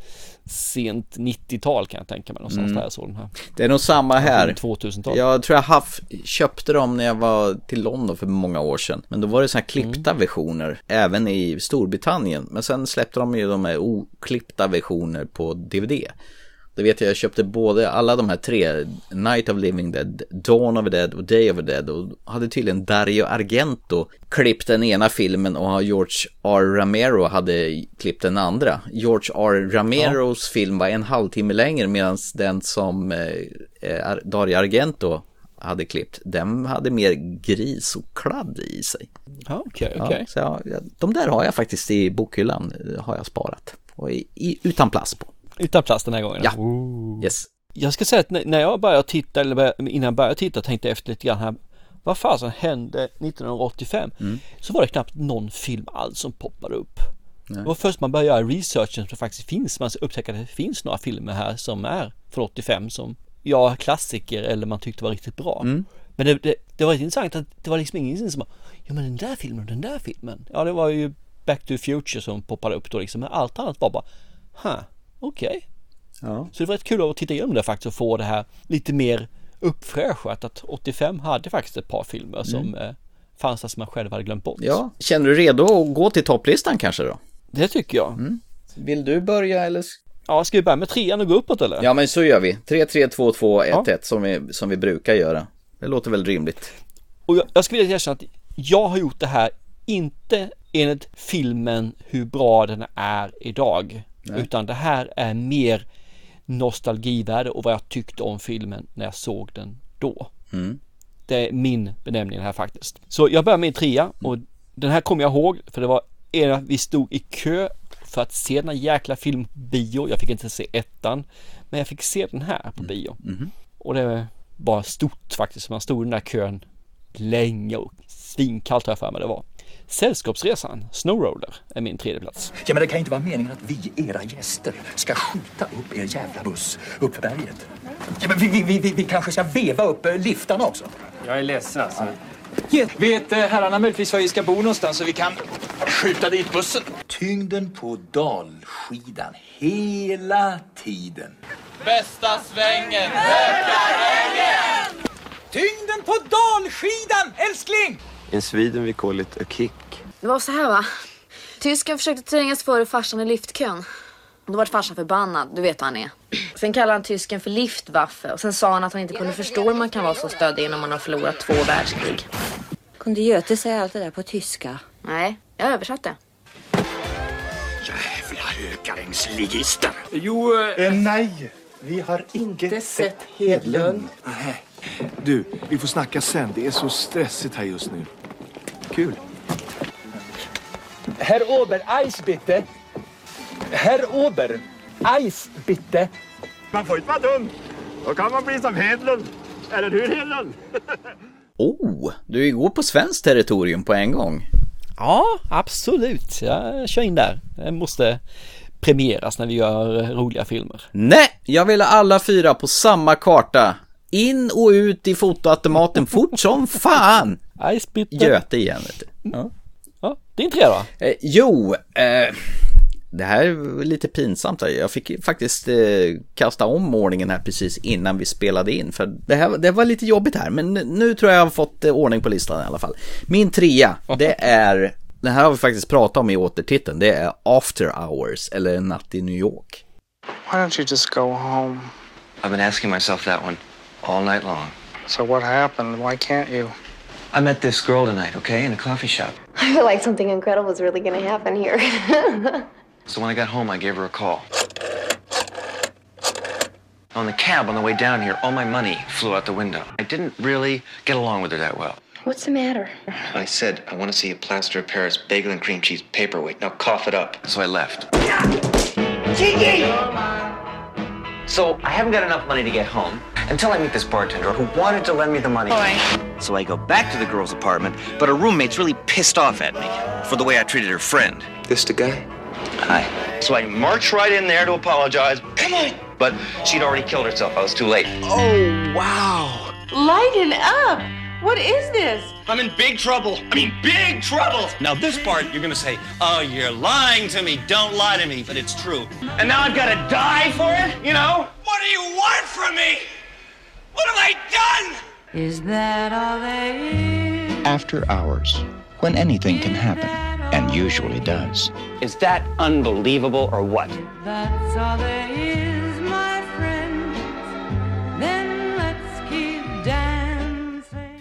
sent nittiotal kan jag tänka mig någonstans mm. där jag såg den här.
Det är nog samma här.
tvåtusental.
Jag tror jag haft, köpte dem när jag var till London för många år sedan. Men då var det så här klippta mm. versioner även i Storbritannien. Men sen släppte de ju de här oklippta versioner på D V D. Det vet jag, jag köpte både alla de här tre, Night of Living Dead, Dawn of the Dead och Day of the Dead, och hade tydligen Dario Argento klippt den ena filmen och George R. Romero hade klippt den andra. George R. Romeros ja. film var en halvtimme längre, medan den som eh, Dario Argento hade klippt, den hade mer gris och kladd i sig.
Ja, okej, okay, okej.
Okay. Ja, ja, de där har jag faktiskt i bokhyllan, har jag sparat. Och i, i, utan plast på.
Utan plast den här gången?
Ja, Ooh. yes.
Jag ska säga att när jag började titta, eller började, innan jag började titta, tänkte jag efter lite grann här, vad fan som hände nittonhundraåttiofem? Mm. Så var det knappt någon film alls som poppade upp. Nej. Det var först man började göra researchen som det faktiskt finns, man upptäcker att det finns några filmer här som är från åttiofem som, ja, klassiker eller man tyckte var riktigt bra. Mm. Men det, det, det var intressant att det var liksom ingen som bara, ja men den där filmen och den där filmen. Ja, det var ju Back to the Future som poppade upp då liksom, men allt annat var bara, huh. Okej. Okay. Ja. Så det var rätt kul att titta igenom det faktiskt och få det här lite mer uppfräschat, att åttiofem hade faktiskt ett par filmer mm. som eh, fanns där som man själv hade glömt bort.
Ja. Känner du redo att gå till topplistan kanske då?
Det tycker jag.
Mm. Vill du börja eller?
Ja, ska vi börja med trean och gå uppåt eller?
Ja, men så gör vi. tre, tre, två, två, ett, ett som vi, som vi brukar göra. Det låter väl rimligt.
Och jag, jag skulle vilja erkänna att jag har gjort det här inte enligt filmen hur bra den är idag. Nej. Utan det här är mer nostalgivärde och vad jag tyckte om filmen när jag såg den då. Mm. Det är min benämning här faktiskt. Så jag börjar med en trea och den här kommer jag ihåg för det var en vi stod i kö för att se den här jäkla filmbio. Jag fick inte se ettan, men jag fick se den här på bio. Mm. Och det var stort faktiskt. Man stod i den där kön länge och svinkallt har jag för mig det var. Sällskapsresan, Snowroller, är min tredje plats.
Ja, men det kan inte vara meningen att vi, era gäster, ska skjuta upp er jävla buss upp för berget. Ja, men vi, vi, vi, vi kanske ska veva upp liftarna också.
Jag är ledsen alltså. Ja. Vet herrarna möjligtvis var vi ska bo någonstans så vi kan skjuta dit bussen?
Tyngden på dalskidan hela tiden.
Bästa svängen, ökar vägen! Tyngden på dalskidan, älskling!
In Sweden we call it a kick.
Det var så här va. Tysken försökte trängas före farsan i liftkön. Och då var farsan förbannad, du vet vad han är. Sen kallade han tysken för liftwaffe. Och sen sa han att han inte kunde förstå hur man kan vara så stödig när man har förlorat två världskrig.
Kunde Göte säga allt det där på tyska?
Nej, jag översatte.
Jävla högarängsligister.
Jo,
eh, nej. Vi har inte, inte sett Hedlund.
Nej. Du, vi får snacka sen. Det är så stressigt här just nu. Kul.
Herr Ober, Eis bitte. Herr Ober, Eis bitte.
Man får inte vara dum. Då kan man bli som Hedlund. Eller hur, Hedlund?
Oh, du går på svenskt territorium på en gång.
Ja, absolut. Jag kör in där. Det måste premieras när vi gör roliga filmer.
Nej, jag vill alla fyra på samma karta. In och ut i fotoautomaten fort som fan. Göte igen, vet du. Ja.
Ja, din tre då?
Eh, jo, eh, det här är lite pinsamt. Jag fick faktiskt eh, kasta om ordningen här precis innan vi spelade in. För det, här, det var lite jobbigt här. Men nu tror jag jag har fått eh, ordning på listan i alla fall. Min trea, det är... Den här har vi faktiskt pratat om i återtiteln. Det är After Hours, eller En natt i New York.
Why don't you just go home?
I've been asking myself that one all night long.
So what happened? Why can't you?
I met this girl tonight, okay, in a coffee shop.
I feel like something incredible is really going to happen here.
So when I got home, I gave her a call. On the cab on the way down here, all my money flew out the window. I didn't really get along with her that well.
What's the matter?
I said, I want to see a plaster of Paris bagel and cream cheese paperweight. Now cough it up. So I left.
Gigi!
So I haven't got enough money to get home until I meet this bartender who wanted to lend me the money.
So I go back to the girl's apartment, but her roommate's really pissed off at me for the way I treated her friend.
This the guy?
Hi. So I march right in there to apologize. Come on! But she'd already killed herself. I was too late.
Oh, wow. Lighten up. What is this?
I'm in big trouble. I mean, big trouble. Now, this part, you're going to say, oh, you're lying to me. Don't lie to me. But it's true. And now I've got to die for it, you know? What do you want from me? What have I done?
Is that all there is?
After Hours, when anything can happen, and usually does.
Is that unbelievable or what?
That's all there is, my friends. Then let's keep dancing.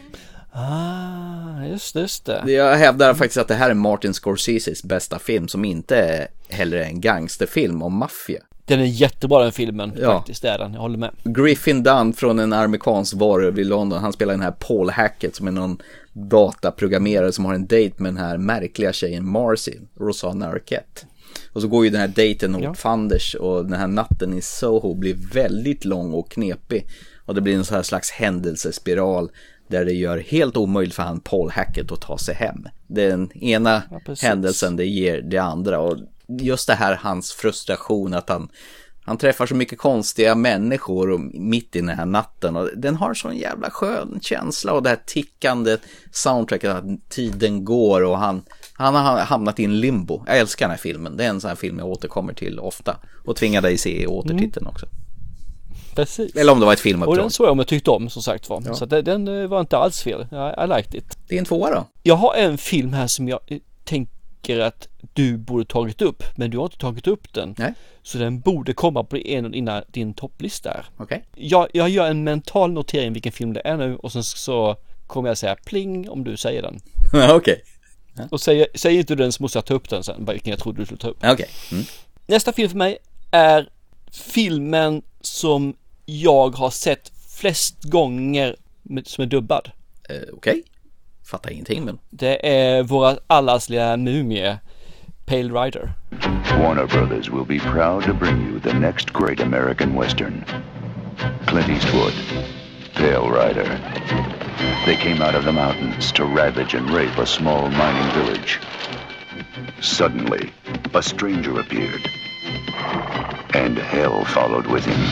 Ah, just, just det.
Jag hävdar faktiskt att det här är Martin Scorseses bästa film, som inte är heller en gangsterfilm om maffia.
Den är jättebra, den filmen,
ja.
Faktiskt är den, jag håller med.
Griffin Dunn från en amerikansk varulv i London, han spelar den här Paul Hackett som är någon dataprogrammerare som har en date med den här märkliga tjejen Marcy, Rosanna Arquette. Och så går ju den här dejten åt ja. fanders, och den här natten i Soho blir väldigt lång och knepig. Och det blir en sån här slags händelsespiral där det gör helt omöjligt för han Paul Hackett att ta sig hem. Den ena ja, händelsen det ger det andra, och just det här hans frustration att han han träffar så mycket konstiga människor och mitt i den här natten, och den har sån jävla skön känsla, och det här tickande soundtracket att tiden går och han han har hamnat i en limbo. Jag älskar den här filmen. Det är en sån här film jag återkommer till ofta och tvingar dig se i återtiteln mm. också.
Precis.
Eller om det var ett filmuppdrag.
Och den såg jag om jag tyckte om, som sagt var.
Ja.
Så det, den var inte alls fel. I, I liked it.
Det är en tvåa då.
Jag har en film här som jag tänker att du borde tagit upp, men du har inte tagit upp den.
Nej.
Så den borde komma på en innan din topplista där.
Okej. Okay.
Jag, jag gör en mental notering vilken film det är nu, och sen så kommer jag säga pling om du säger den.
Okej. Okay.
Ja. Och säg, säg inte den så måste jag ta upp den sen, vilken jag trodde du skulle ta upp.
Okej. Okay. Mm.
Nästa film för mig är filmen som jag har sett flest gånger med, som är dubbad.
Uh, Okej. Okay. Fattar ingenting, men...
Det är våra allas lilla mumie, Pale Rider.
Warner Brothers will be proud to bring you the next great American Western. Clint Eastwood, Pale Rider. They came out of the mountains to ravage and rape a small mining village. Suddenly, a stranger appeared, and hell followed with him.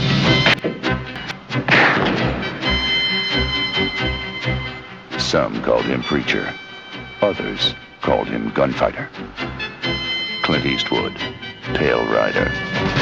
Some called him preacher, others called him gunfighter. Clint Eastwood, Pale Rider.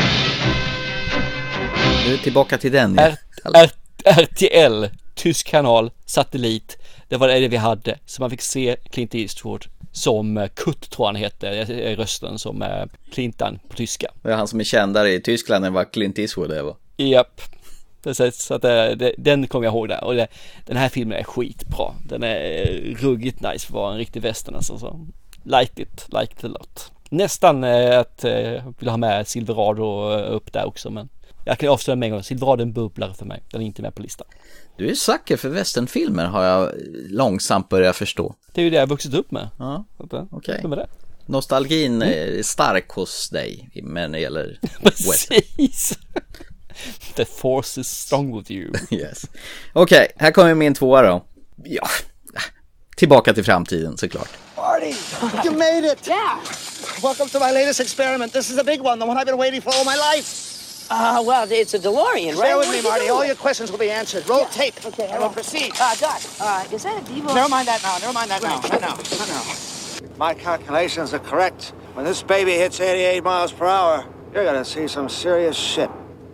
Nu tillbaka till den.
R- R- R T L, tysk kanal, satellit. Det var det vi hade. Så man fick se Clint Eastwood som Kurt, tror han heter, rösten som Clintan på tyska.
Det är han som är kändare i Tyskland än vad Clint Eastwood är, va?
Japp. Precis, så att det, det, den kommer jag ihåg där. Och det, den här filmen är skitbra. Den är ruggigt nice för att vara en riktig western, alltså. Så like it, like it a lot. Nästan eh, att eh, vill ha med Silverado upp där också, men jag kan avslöja med en gång, Silverado är en bubblare för mig. Den är inte med på listan.
Du är sucker för westernfilmer, har jag långsamt börjat förstå.
Det är ju det jag har vuxit upp med.
Ja,
okej.
Okay.
Det.
Nostalgin är stark hos dig, men när det gäller
precis. The force is strong with you.
Yes. Okej, okay, här kommer min tvåa då. Ja, tillbaka till framtiden såklart.
Marty, you made it! Yeah! Welcome to my latest experiment. This is a big one, the one I've been waiting for all my life.
Uh, well, it's a DeLorean, right?
Stay with me, Marty. All your questions will be answered. Roll yeah. tape. Okay, and we'll proceed.
Uh, Doc, uh, is that a Devo?
Never mind that now. Never mind that now. Not now. Not now. My calculations are correct. When this baby hits eighty-eight miles per hour, you're gonna see some serious shit.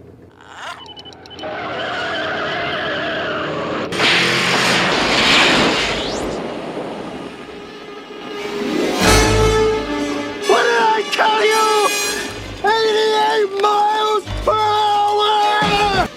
What did I tell you? eighty-eight miles per hour!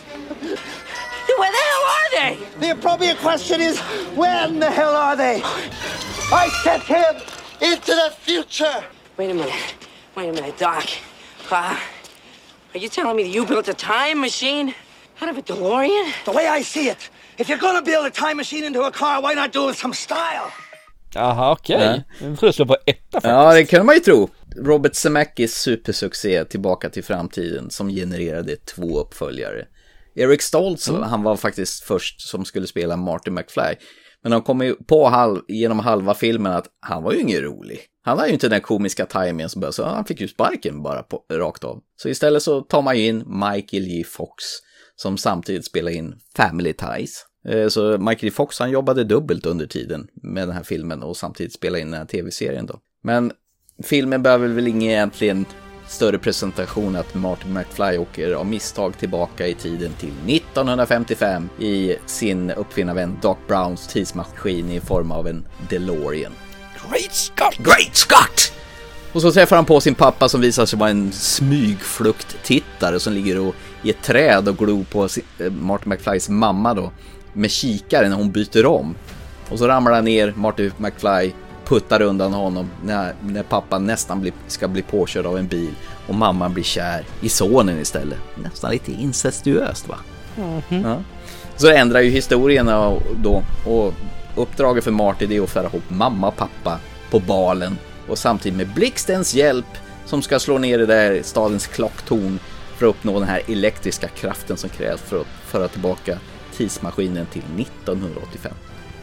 Where the hell are they?
The appropriate question is, when the hell are they? I sent him into the future.
Wait a minute. Wait a minute, Doc. Uh, are you telling me that you built a time machine out of a DeLorean?
The way I see it, if you're gonna build a time machine into a car, why not do it with some style?
Jaha, okej. Okay. Ja. Jag tror jag slår på etta faktiskt.
Ja, det kan man ju tro. Robert Zemeckis supersuccé Tillbaka till framtiden som genererade två uppföljare. Eric Stoltz, mm. han var faktiskt först som skulle spela Marty McFly. Men han kom ju på halv, genom halva filmen att han var ju ingen rolig. Han har ju inte den komiska timingen som började, så han fick ju sparken bara på, rakt av. Så istället så tar man ju in Michael J. Fox som samtidigt spelar in Family Ties. Så Michael J. Fox, han jobbade dubbelt under tiden med den här filmen och samtidigt spelade in den här tv-serien då. Men filmen behöver väl ingen egentligen större presentation att Marty McFly åker av misstag tillbaka i tiden till nittonhundrafemtiofem i sin uppfinnarvän Doc Browns tidsmaskin i form av en DeLorean.
Great Scott!
Great Scott! Och så träffar han på sin pappa som visar sig vara en smygflukttittare som ligger och, i ett träd och glor på sin, äh, Marty McFlys mamma då med kikare när hon byter om. Och så ramlar han ner, Marty McFly puttar undan honom när, när pappan nästan blir, ska bli påkörd av en bil och mamman blir kär i sonen istället. Nästan lite incestuöst, va? Mm-hmm. Ja. Så ändrar ju historierna då, och uppdraget för Marty är att föra ihop mamma och pappa på balen och samtidigt med blixtens hjälp som ska slå ner det där stadens klocktorn för att uppnå den här elektriska kraften som krävs för att föra tillbaka tidsmaskinen till nittonhundraåttiofem.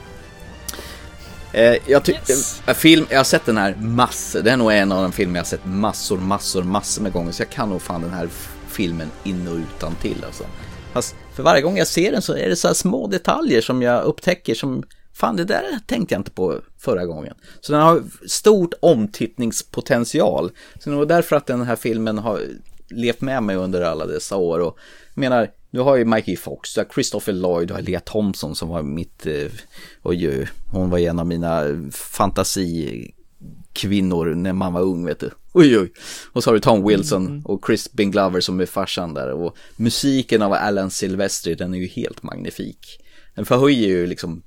Eh, jag, ty- yes. eh, film, jag har sett den här massor. Det är nog en av de filmer jag har sett massor, massor, massor med gånger. Så jag kan nog fan den här f- filmen in och utan till alltså. Fast för varje gång jag ser den så är det så här små detaljer som jag upptäcker som fan, det där tänkte jag inte på förra gången. Så den har stort omtittningspotential. Så det var därför att den här filmen har levt med mig under alla dessa år. Och jag menar, du har ju Mikey Fox, du har Christopher Lloyd, du har Lea Thompson som var mitt, eh, oj, hon var en av mina fantasikvinnor när man var ung, vet du. Oj, oj. Och så har du Tom Wilson mm. och Crispin Glover som är farsan där. Och musiken av Alan Silvestri, den är ju helt magnifik. Den förhöjer ju liksom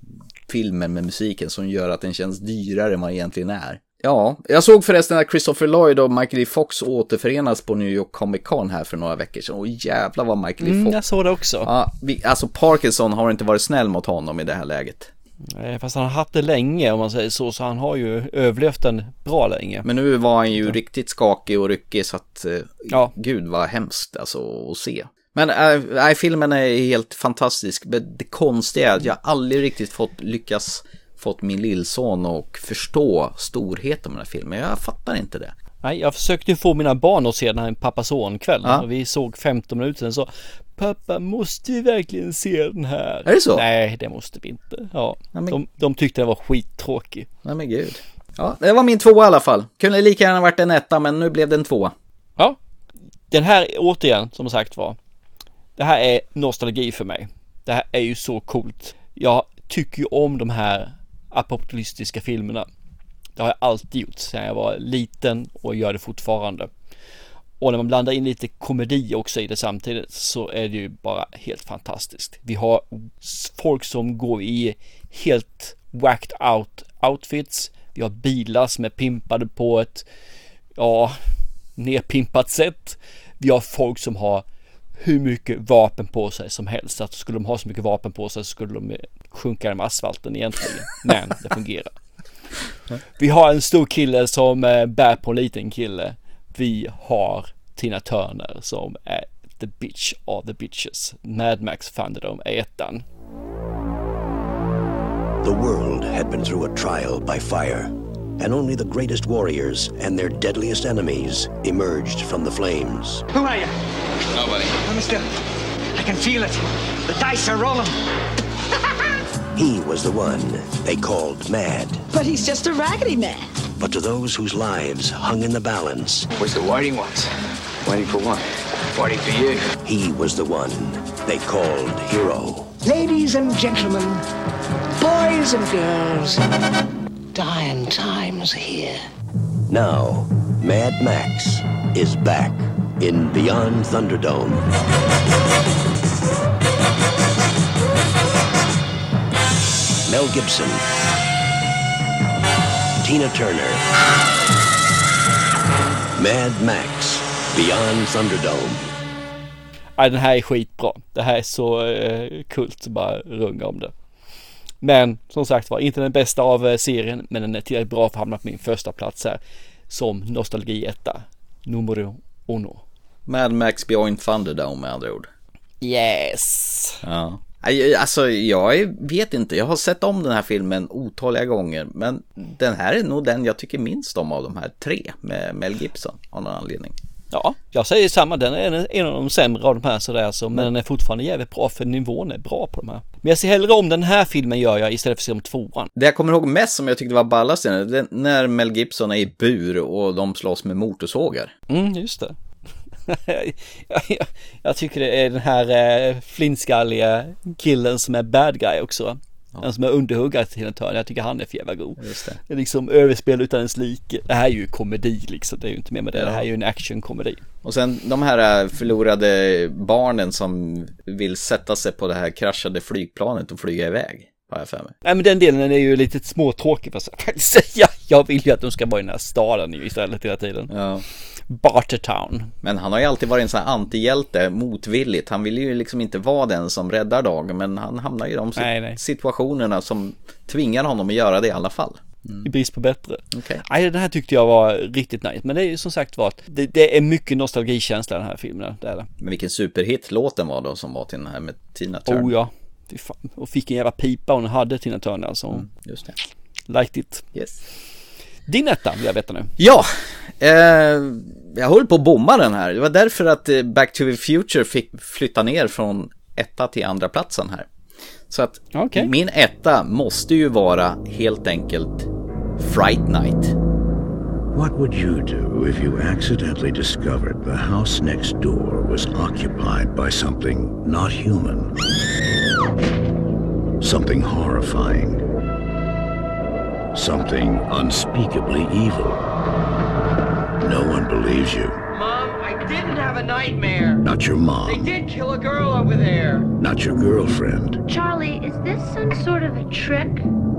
filmen med musiken som gör att den känns dyrare än vad den egentligen är. Ja, jag såg förresten att Christopher Lloyd och Michael J. Fox återförenas på New York Comic Con här för några veckor sedan. Och jävlar vad Michael J. Fox...
Mm, jag såg det också.
Ja, vi, alltså Parkinson har inte varit snäll mot honom i det här läget.
Nej, fast han har haft det länge om man säger så, så han har ju överlevt den bra länge.
Men nu var han ju ja. riktigt skakig och ryckig så att,
ja.
gud vad hemskt alltså att se. Men äh, äh, filmen är helt fantastisk. Det konstiga är att jag aldrig riktigt fått lyckas fått min lillson och förstå storheten med den här filmen. Jag fattar inte det.
Nej, jag försökte ju få mina barn att se den här en pappa-son-kväll. Ja. Och vi såg femton minuter och så pappa, måste vi verkligen se den här?
Är det så?
Nej, det måste vi inte. Ja, Nej, men... de, de tyckte det var skittråkig.
Nej men gud. Ja, det var min tvåa i alla fall. Kunde lika gärna varit en etta, men nu blev det en tvåa.
Ja, den här återigen, som sagt var, det här är nostalgi för mig. Det här är ju så coolt. Jag tycker ju om de här apokalyptiska filmerna. Det har jag alltid gjort sedan jag var liten och gör det fortfarande. Och när man blandar in lite komedi också i det samtidigt så är det ju bara helt fantastiskt. Vi har folk som går i helt whacked out outfits. Vi har bilar som är pimpade på ett ja, nerpimpat sätt. Vi har folk som har hur mycket vapen på sig som helst. Att skulle de ha så mycket vapen på sig så skulle de sjunka med asfalten egentligen. Men det fungerar. Vi har en stor kille som bär på en liten kille. Vi har Tina Turner som är the bitch of the bitches. Mad Max Thunderdome är ettan.
The world had been through a trial by fire, and only the greatest warriors and their deadliest enemies emerged from the flames.
Who are you?
Nobody.
I'm still. I can feel it. The dice are rolling.
He was the one they called Mad.
But he's just a raggedy man.
But to those whose lives hung in the balance...
Where's the waiting ones? Waiting for what? Waiting for you.
He was the one they called Hero.
Ladies and gentlemen, boys and girls, dying times here.
Now, Mad Max is back in Beyond Thunderdome. Mel Gibson, Tina Turner, Mad Max, Beyond Thunderdome.
Ja, den här är skitbra. Det här är så eh, kult, bara runga om det. Men som sagt var, inte den bästa av eh, serien, men den är tillräckligt bra för att hamna på min första plats här som nostalgietta, numero uno.
Mad Max Beyond Thunderdome med andra ord.
Yes.
Ja. Alltså jag vet inte, jag har sett om den här filmen otaliga gånger, men den här är nog den jag tycker minst om av de här tre med Mel Gibson av någon anledning.
Ja, jag säger samma, den är en av de sämre av de här sådär, alltså, men den är fortfarande jävligt bra för nivån är bra på de här. Men jag ser hellre om den här filmen gör jag istället för att se om tvåan.
Det jag kommer ihåg mest som jag tyckte var ballast det när Mel Gibson är i bur och de slåss med motorsågar.
Mm, just det. jag, jag, jag tycker det är den här eh, flinskalliga killen som är bad guy också. Ja. Den som är underhuggare till en törn. Jag tycker han är för jävla god.
Just det.
Det är liksom överspel utan ens like. Det här är ju komedi liksom. Det är ju inte mer med det. Ja. Det här är ju en actionkomedi.
Och sen de här förlorade barnen som vill sätta sig på det här kraschade flygplanet och flyga iväg. Har jag för mig.
Nej, men den delen är ju lite småtråkig för att säga. Jag vill ju att de ska vara i den här staden ju istället hela tiden.
Ja.
Bartertown.
Men han har ju alltid varit en sån här antihjälte, motvilligt. Han vill ju liksom inte vara den som räddar dagen, men han hamnar i de
nej, nej.
situationerna som tvingar honom att göra det i alla fall.
Mm. I brist på bättre.
Okay.
Nej, den här tyckte jag var riktigt nice. Men det är ju som sagt var det, det är mycket nostalgikänsla den här filmen. Det är det.
Men vilken superhit låten var då som var till den här med Tina Turner.
Oh ja. Och fick en jävla pipa hon hade Tina Turner alltså.
Mm, just det.
Liked it.
Yes.
Din etta vill jag veta nu.
Ja, eh, jag höll på att bomma den här. Det var därför att Back to the Future fick flytta ner från etta till andra platsen här. Så att okay. Min etta måste ju vara helt enkelt Fright Night.
What would you do if you accidentally discovered the house next door was occupied by something not human? Something horrifying. Something unspeakably evil. No one believes you.
Mom, I didn't have a nightmare.
Not your mom.
They did kill a girl over there.
Not your girlfriend.
Charlie, is this some sort of a trick?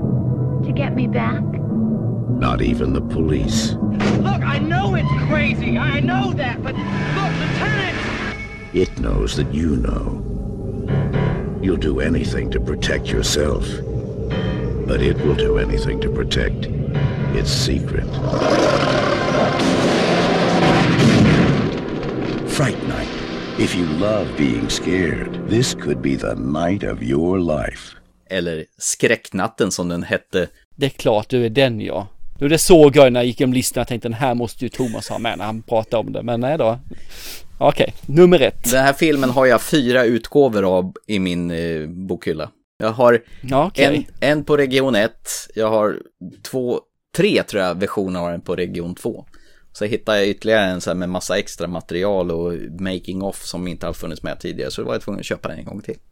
to get me back?
Not even the police.
Look, I know it's crazy. I know that, but look, Lieutenant!
It knows that you know. You'll do anything to protect yourself, but it will do anything to protect its secret. Fright Night. If you love being scared, this could be the night of your life.
Eller Skräcknatten som den hette.
Det är klart du är den, ja. Nu det såg jag när jag gick om listan och tänkte den här måste ju Thomas ha med när han pratade om det. Men nej då. Okej, nummer ett.
Den här filmen har jag fyra utgåvor av i min eh, bokhylla. Jag har
okay.
en, en på region ett. Jag har två, tre tror jag versioner av den på region två. Så hittade jag ytterligare en så här med massa extra material och making off som inte har funnits med tidigare. Så då var jag tvungen att köpa den en gång till.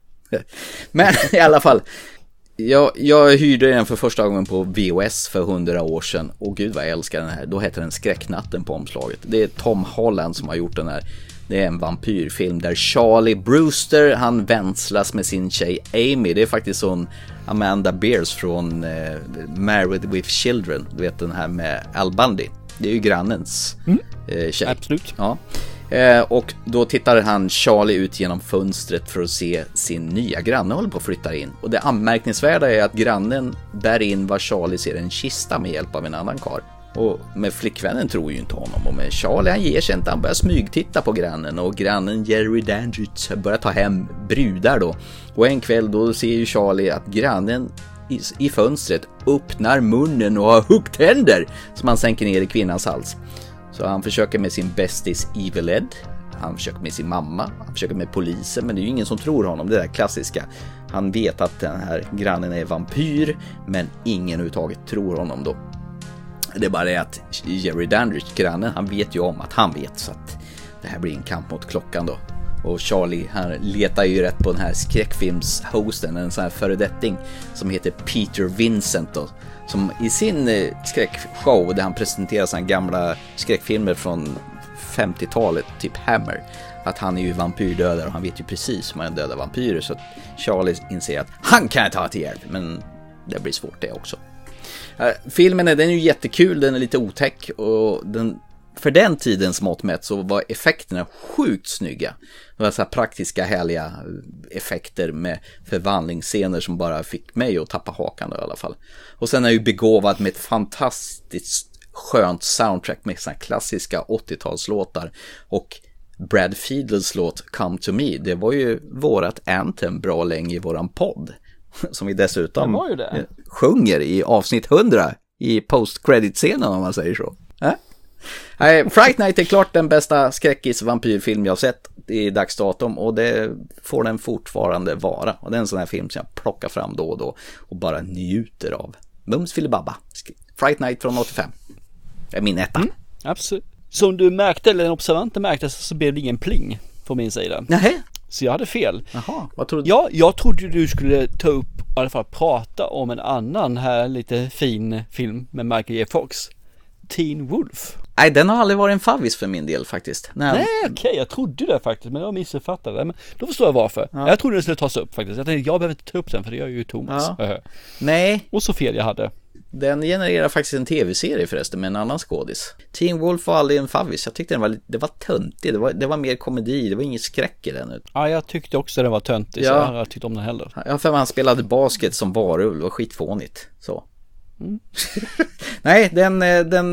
Men i alla fall. Jag, jag hyrde den för första gången på V H S för hundra år sedan. Och gud vad jag älskar den här. Då heter den Skräcknatten på omslaget. Det är Tom Holland som har gjort den här. Det är en vampyrfilm där Charlie Brewster, han vänslas med sin tjej Amy. Det är faktiskt sån Amanda Beers från eh, Married with Children. Du vet den här med Al Bundy. Det är ju grannens mm. eh, tjej.
Absolut.
Ja. Eh, och då tittar han Charlie ut genom fönstret för att se sin nya granne håller på att flytta in. Och det anmärkningsvärda är att grannen där in var Charlie ser en kista med hjälp av en annan kar. Och med flickvännen tror ju inte honom. Och med Charlie han ger sig inte, han börjar smygtitta på grannen. Och grannen Jerry Dandridge börjar ta hem brudar då. Och en kväll då ser ju Charlie att grannen i, i fönstret öppnar munnen och har huggtänder som han sänker ner i kvinnans hals. Så han försöker med sin bästis Evil Ed. Han försöker med sin mamma. Han försöker med polisen. Men det är ju ingen som tror honom. Det där klassiska. Han vet att den här grannen är vampyr. Men ingen överhuvudtaget tror honom då. Det är bara det att Jerry Dandridge, grannen, han vet ju om att han vet. Så att det här blir en kamp mot klockan då. Och Charlie, han letar ju rätt på den här skräckfilmshosten. En sån här föredetting som heter Peter Vincent då. Som i sin eh, skräckshow där han presenterar sina gamla skräckfilmer från femtiotalet, typ Hammer, att han är ju vampyrdödare och han vet ju precis hur man dödar vampyrer. Så att Charlie inser att han kan ta till hjälp, men det blir svårt det också. Uh, filmen är, den är ju jättekul, den är lite otäck och den, för den tidens mått mätt så var effekterna sjukt snygga. Det var så här praktiska härliga effekter med förvandlingsscener som bara fick mig att tappa hakan då, i alla fall. Och sen är ju begåvad med ett fantastiskt skönt soundtrack med såna klassiska åttiotalslåtar. Och Brad Fiedels låt Come To Me, det var ju vårat anthem bra länge i våran podd. Som vi dessutom
var ju det.
sjunger i avsnitt hundra i post-credit-scenen om man säger så. Äh? Nej, Fright Night är klart den bästa skräckis-vampyrfilm jag har sett i dagsdatum och det får den fortfarande vara. Och det är en sån här film som jag plockar fram då och då och bara njuter av. Mums filibabba. Fright Night från åttiofem. Det är min etta. Mm,
absolut. Som du märkte, eller den observanten märkte, så blev det ingen pling från min sida.
Nej.
Så jag hade fel.
Jaha, vad trodde du?
Ja, jag trodde du skulle ta upp, i alla fall prata om en annan här lite fin film med Michael J. Fox. Teen Wolf.
Nej, den har aldrig varit en favvis för min del faktiskt. Nej,
Nej okej, okay, jag trodde det faktiskt, men jag missuppfattade det. Men då förstår jag varför. Ja. Jag trodde det skulle tas upp faktiskt. Jag tänkte, jag behöver inte ta upp den för det gör ju Thomas.
Ja. Nej.
Och så fel jag hade.
Den genererar faktiskt en tv-serie förresten med en annan skådis. Teen Wolf var aldrig en favvis. Jag tyckte den var, det var töntig. Det var, det var mer komedi. Det var ingen skräck i den.
Ja, jag tyckte också den var töntig. Ja. Så jag har tyckt om den heller.
Ja, för man spelade basket som varulv. Det var skitfånigt. Så. Mm. nej, den, den,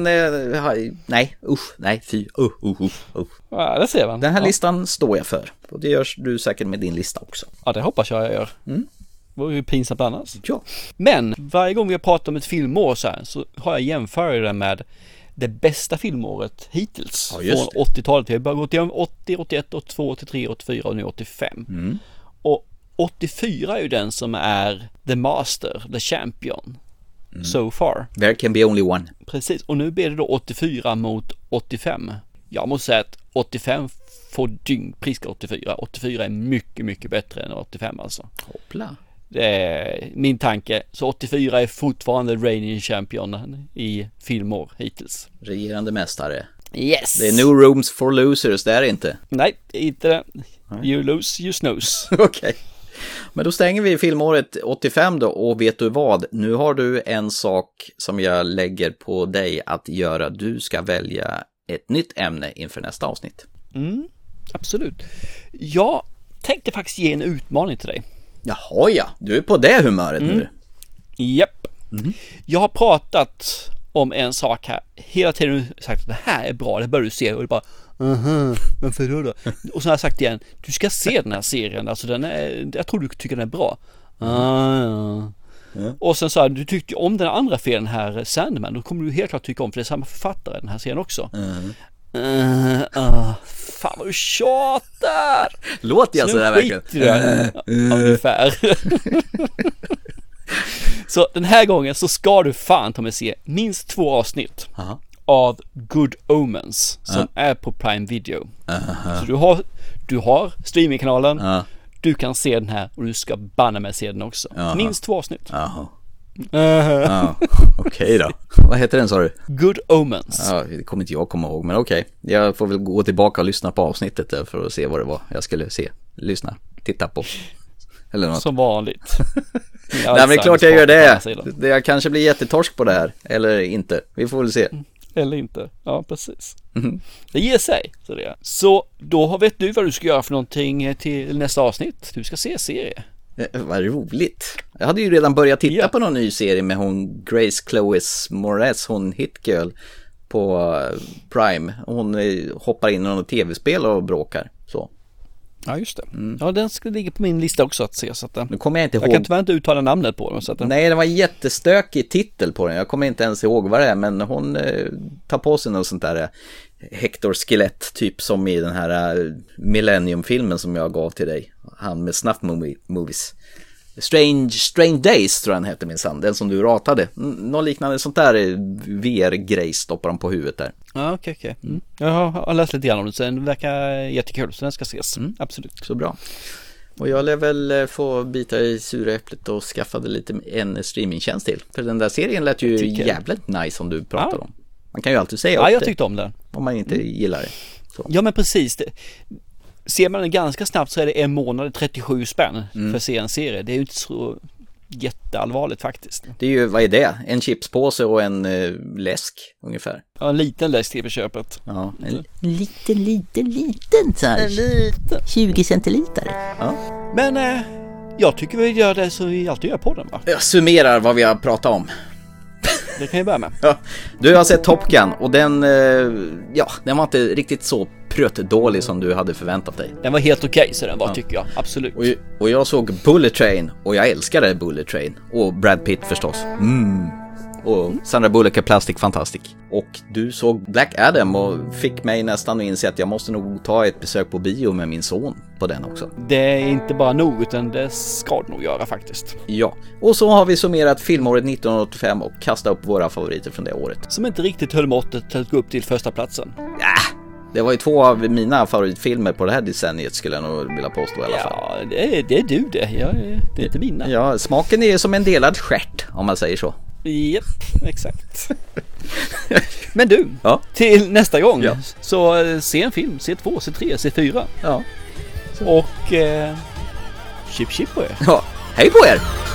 nej, usch, nej, fy, uh, uh, uh, uh.
Ja, det ser man.
Den här
ja.
listan står jag för. Och det gör du säkert med din lista också.
Ja, det hoppas jag jag gör.
Mm.
Det var ju pinsamt annars.
Ja.
Men varje gång vi pratar om ett filmår så här, så har jag jämfört det med det bästa filmåret hittills. Ja, från åttiotalet. Vi har bara gått igenom åttio, åttioett, åttiotvå, åttiotre, åttiofyra och nu åttiofem.
Mm.
Och åttiofyra är ju den som är the master, the champion. Mm. So far.
There can be only one.
Precis, och nu blir det då åttiofyra mot åttiofem. Jag måste säga att åttiofem får dyngpriska åttiofyra. åttiofyra är mycket, mycket bättre än åttiofem alltså.
Hoppla.
Det är min tanke. Så åttiofyra är fortfarande reigning champion i filmår hittills.
Regerande mästare.
Yes.
Det är no rooms for losers, det är inte.
Nej, inte det. You lose, you snooze.
Okej. Okay. Men då stänger vi filmåret åttiofem då, och vet du vad? Nu har du en sak som jag lägger på dig att göra. Du ska välja ett nytt ämne inför nästa avsnitt.
Mm, absolut. Jag tänkte faktiskt ge en utmaning till dig.
Jaha ja, du är på det humöret
mm.
nu.
Japp. Mm. Jag har pratat om en sak här hela tiden, sagt att det här är bra, det bör du se, och det bara aha, varför då då? Och så har jag sagt igen, du ska se den här serien, alltså den är, jag tror du tycker den är bra. Ah, ja. Mm. Och sen sa jag, du tyckte om den andra filmen här, Sandman, då kommer du helt klart tycka om, för det är samma författare den här serien också. Mm. Uh, uh, fan vad du tjatar.
Låter jag sådär verkligen
uh, ungefär. Så den här gången så ska du fan ta med se minst två avsnitt uh-huh. av Good Omens som uh-huh. är på Prime Video. Uh-huh. Så du har, du har streamingkanalen, uh-huh. du kan se den här och du ska banna med se den också. Uh-huh. Minst två avsnitt.
Uh-huh. Uh-huh. Uh, okej okay då. Vad heter den, sa du?
Good Omens.
Ja, det kommer inte jag komma ihåg, men okej. Okay. Jag får väl gå tillbaka och lyssna på avsnittet där för att se vad det var jag skulle se. Lyssna, titta på. Eller något.
Som vanligt.
Nej, men det är klart jag gör det. det. Jag kanske blir jättetorsk på det här. Eller inte. Vi får väl se.
Eller inte. Ja, precis. Mm. Det ger sig. Så, det. så då vet du vad du ska göra för någonting till nästa avsnitt. Du ska se serie.
Vad roligt. Jag hade ju redan börjat titta ja. på någon ny serie med hon Grace Clois Moretz, hon Hitgirl på Prime. Hon hoppar in i någon tv-spel och bråkar. Så.
Ja, just det. Mm. Ja, den ska ligga på min lista också att se. Så att,
nu kommer jag inte ihåg.
Jag kan tyvärr inte uttala namnet på den. Så att,
nej, det var jättestökig titel på den. Jag kommer inte ens ihåg vad det är. Men hon eh, tar på sig något sånt där eh, Hector Skelett typ som i den här eh, Millennium-filmen som jag gav till dig. Han med snuff movie, movies. Strange, Strange Days tror jag den heter, min sann. Den som du ratade. Något liknande sånt där V R-grej stoppar de på huvudet där.
Ja, okej, okay, okej. Okay. Mm. Jag har läst lite grann om det, så den verkar jättekul, så den ska ses. Mm. Absolut.
Så bra. Och jag lär väl få bita i sura äpplet och skaffade lite en streamingtjänst till. För den där serien lät ju jävligt nice som du pratade ja. om. Man kan ju alltid säga
ja, jag tyckte om den.
Om man inte mm. gillar det. Så.
Ja, men precis. Det, ser man den ganska snabbt så är det en månad trettiosju spänn mm. för att se en serie. Det är ju inte så jätteallvarligt faktiskt.
Det är ju, vad är det? En chipspåse och en eh, läsk ungefär.
Ja, en liten läsk till köpet.
Ja, en, en liten, liten, liten så här.
En liten.
tjugo centiliter. Ja.
Men eh, jag tycker vi gör det så vi alltid gör på den, va?
Jag summerar vad vi har pratat om.
Det kan jag börja med.
Ja. Du har sett Top Gun och den, eh, ja, den var inte riktigt så prött dålig som du hade förväntat dig.
Den var helt okej okay, så den var ja. tycker jag, absolut.
Och, och jag såg Bullet Train och jag älskade Bullet Train. Och Brad Pitt förstås. Mm. Och Sandra Bullock är plastic fantastic. Och du såg Black Adam och fick mig nästan att inse att jag måste nog ta ett besök på bio med min son på den också.
Det är inte bara nog, utan det ska du nog göra faktiskt.
Ja, och så har vi summerat filmåret nittonhundraåttiofem och kastat upp våra favoriter från det året.
Som inte riktigt höll måttet att gå upp till första platsen.
Ja, det var ju två av mina favoritfilmer på det här decenniet skulle jag nog vilja påstå i alla fall.
Ja, det är, det är du det. Jag, det är inte mina.
Ja, smaken är som en delad stjärt om man säger så.
Japp, exakt. Men du, ja. till nästa gång ja. så se en film, se två, se tre, se fyra.
Ja.
Och eh, chip chip på er.
Ja, hej på er!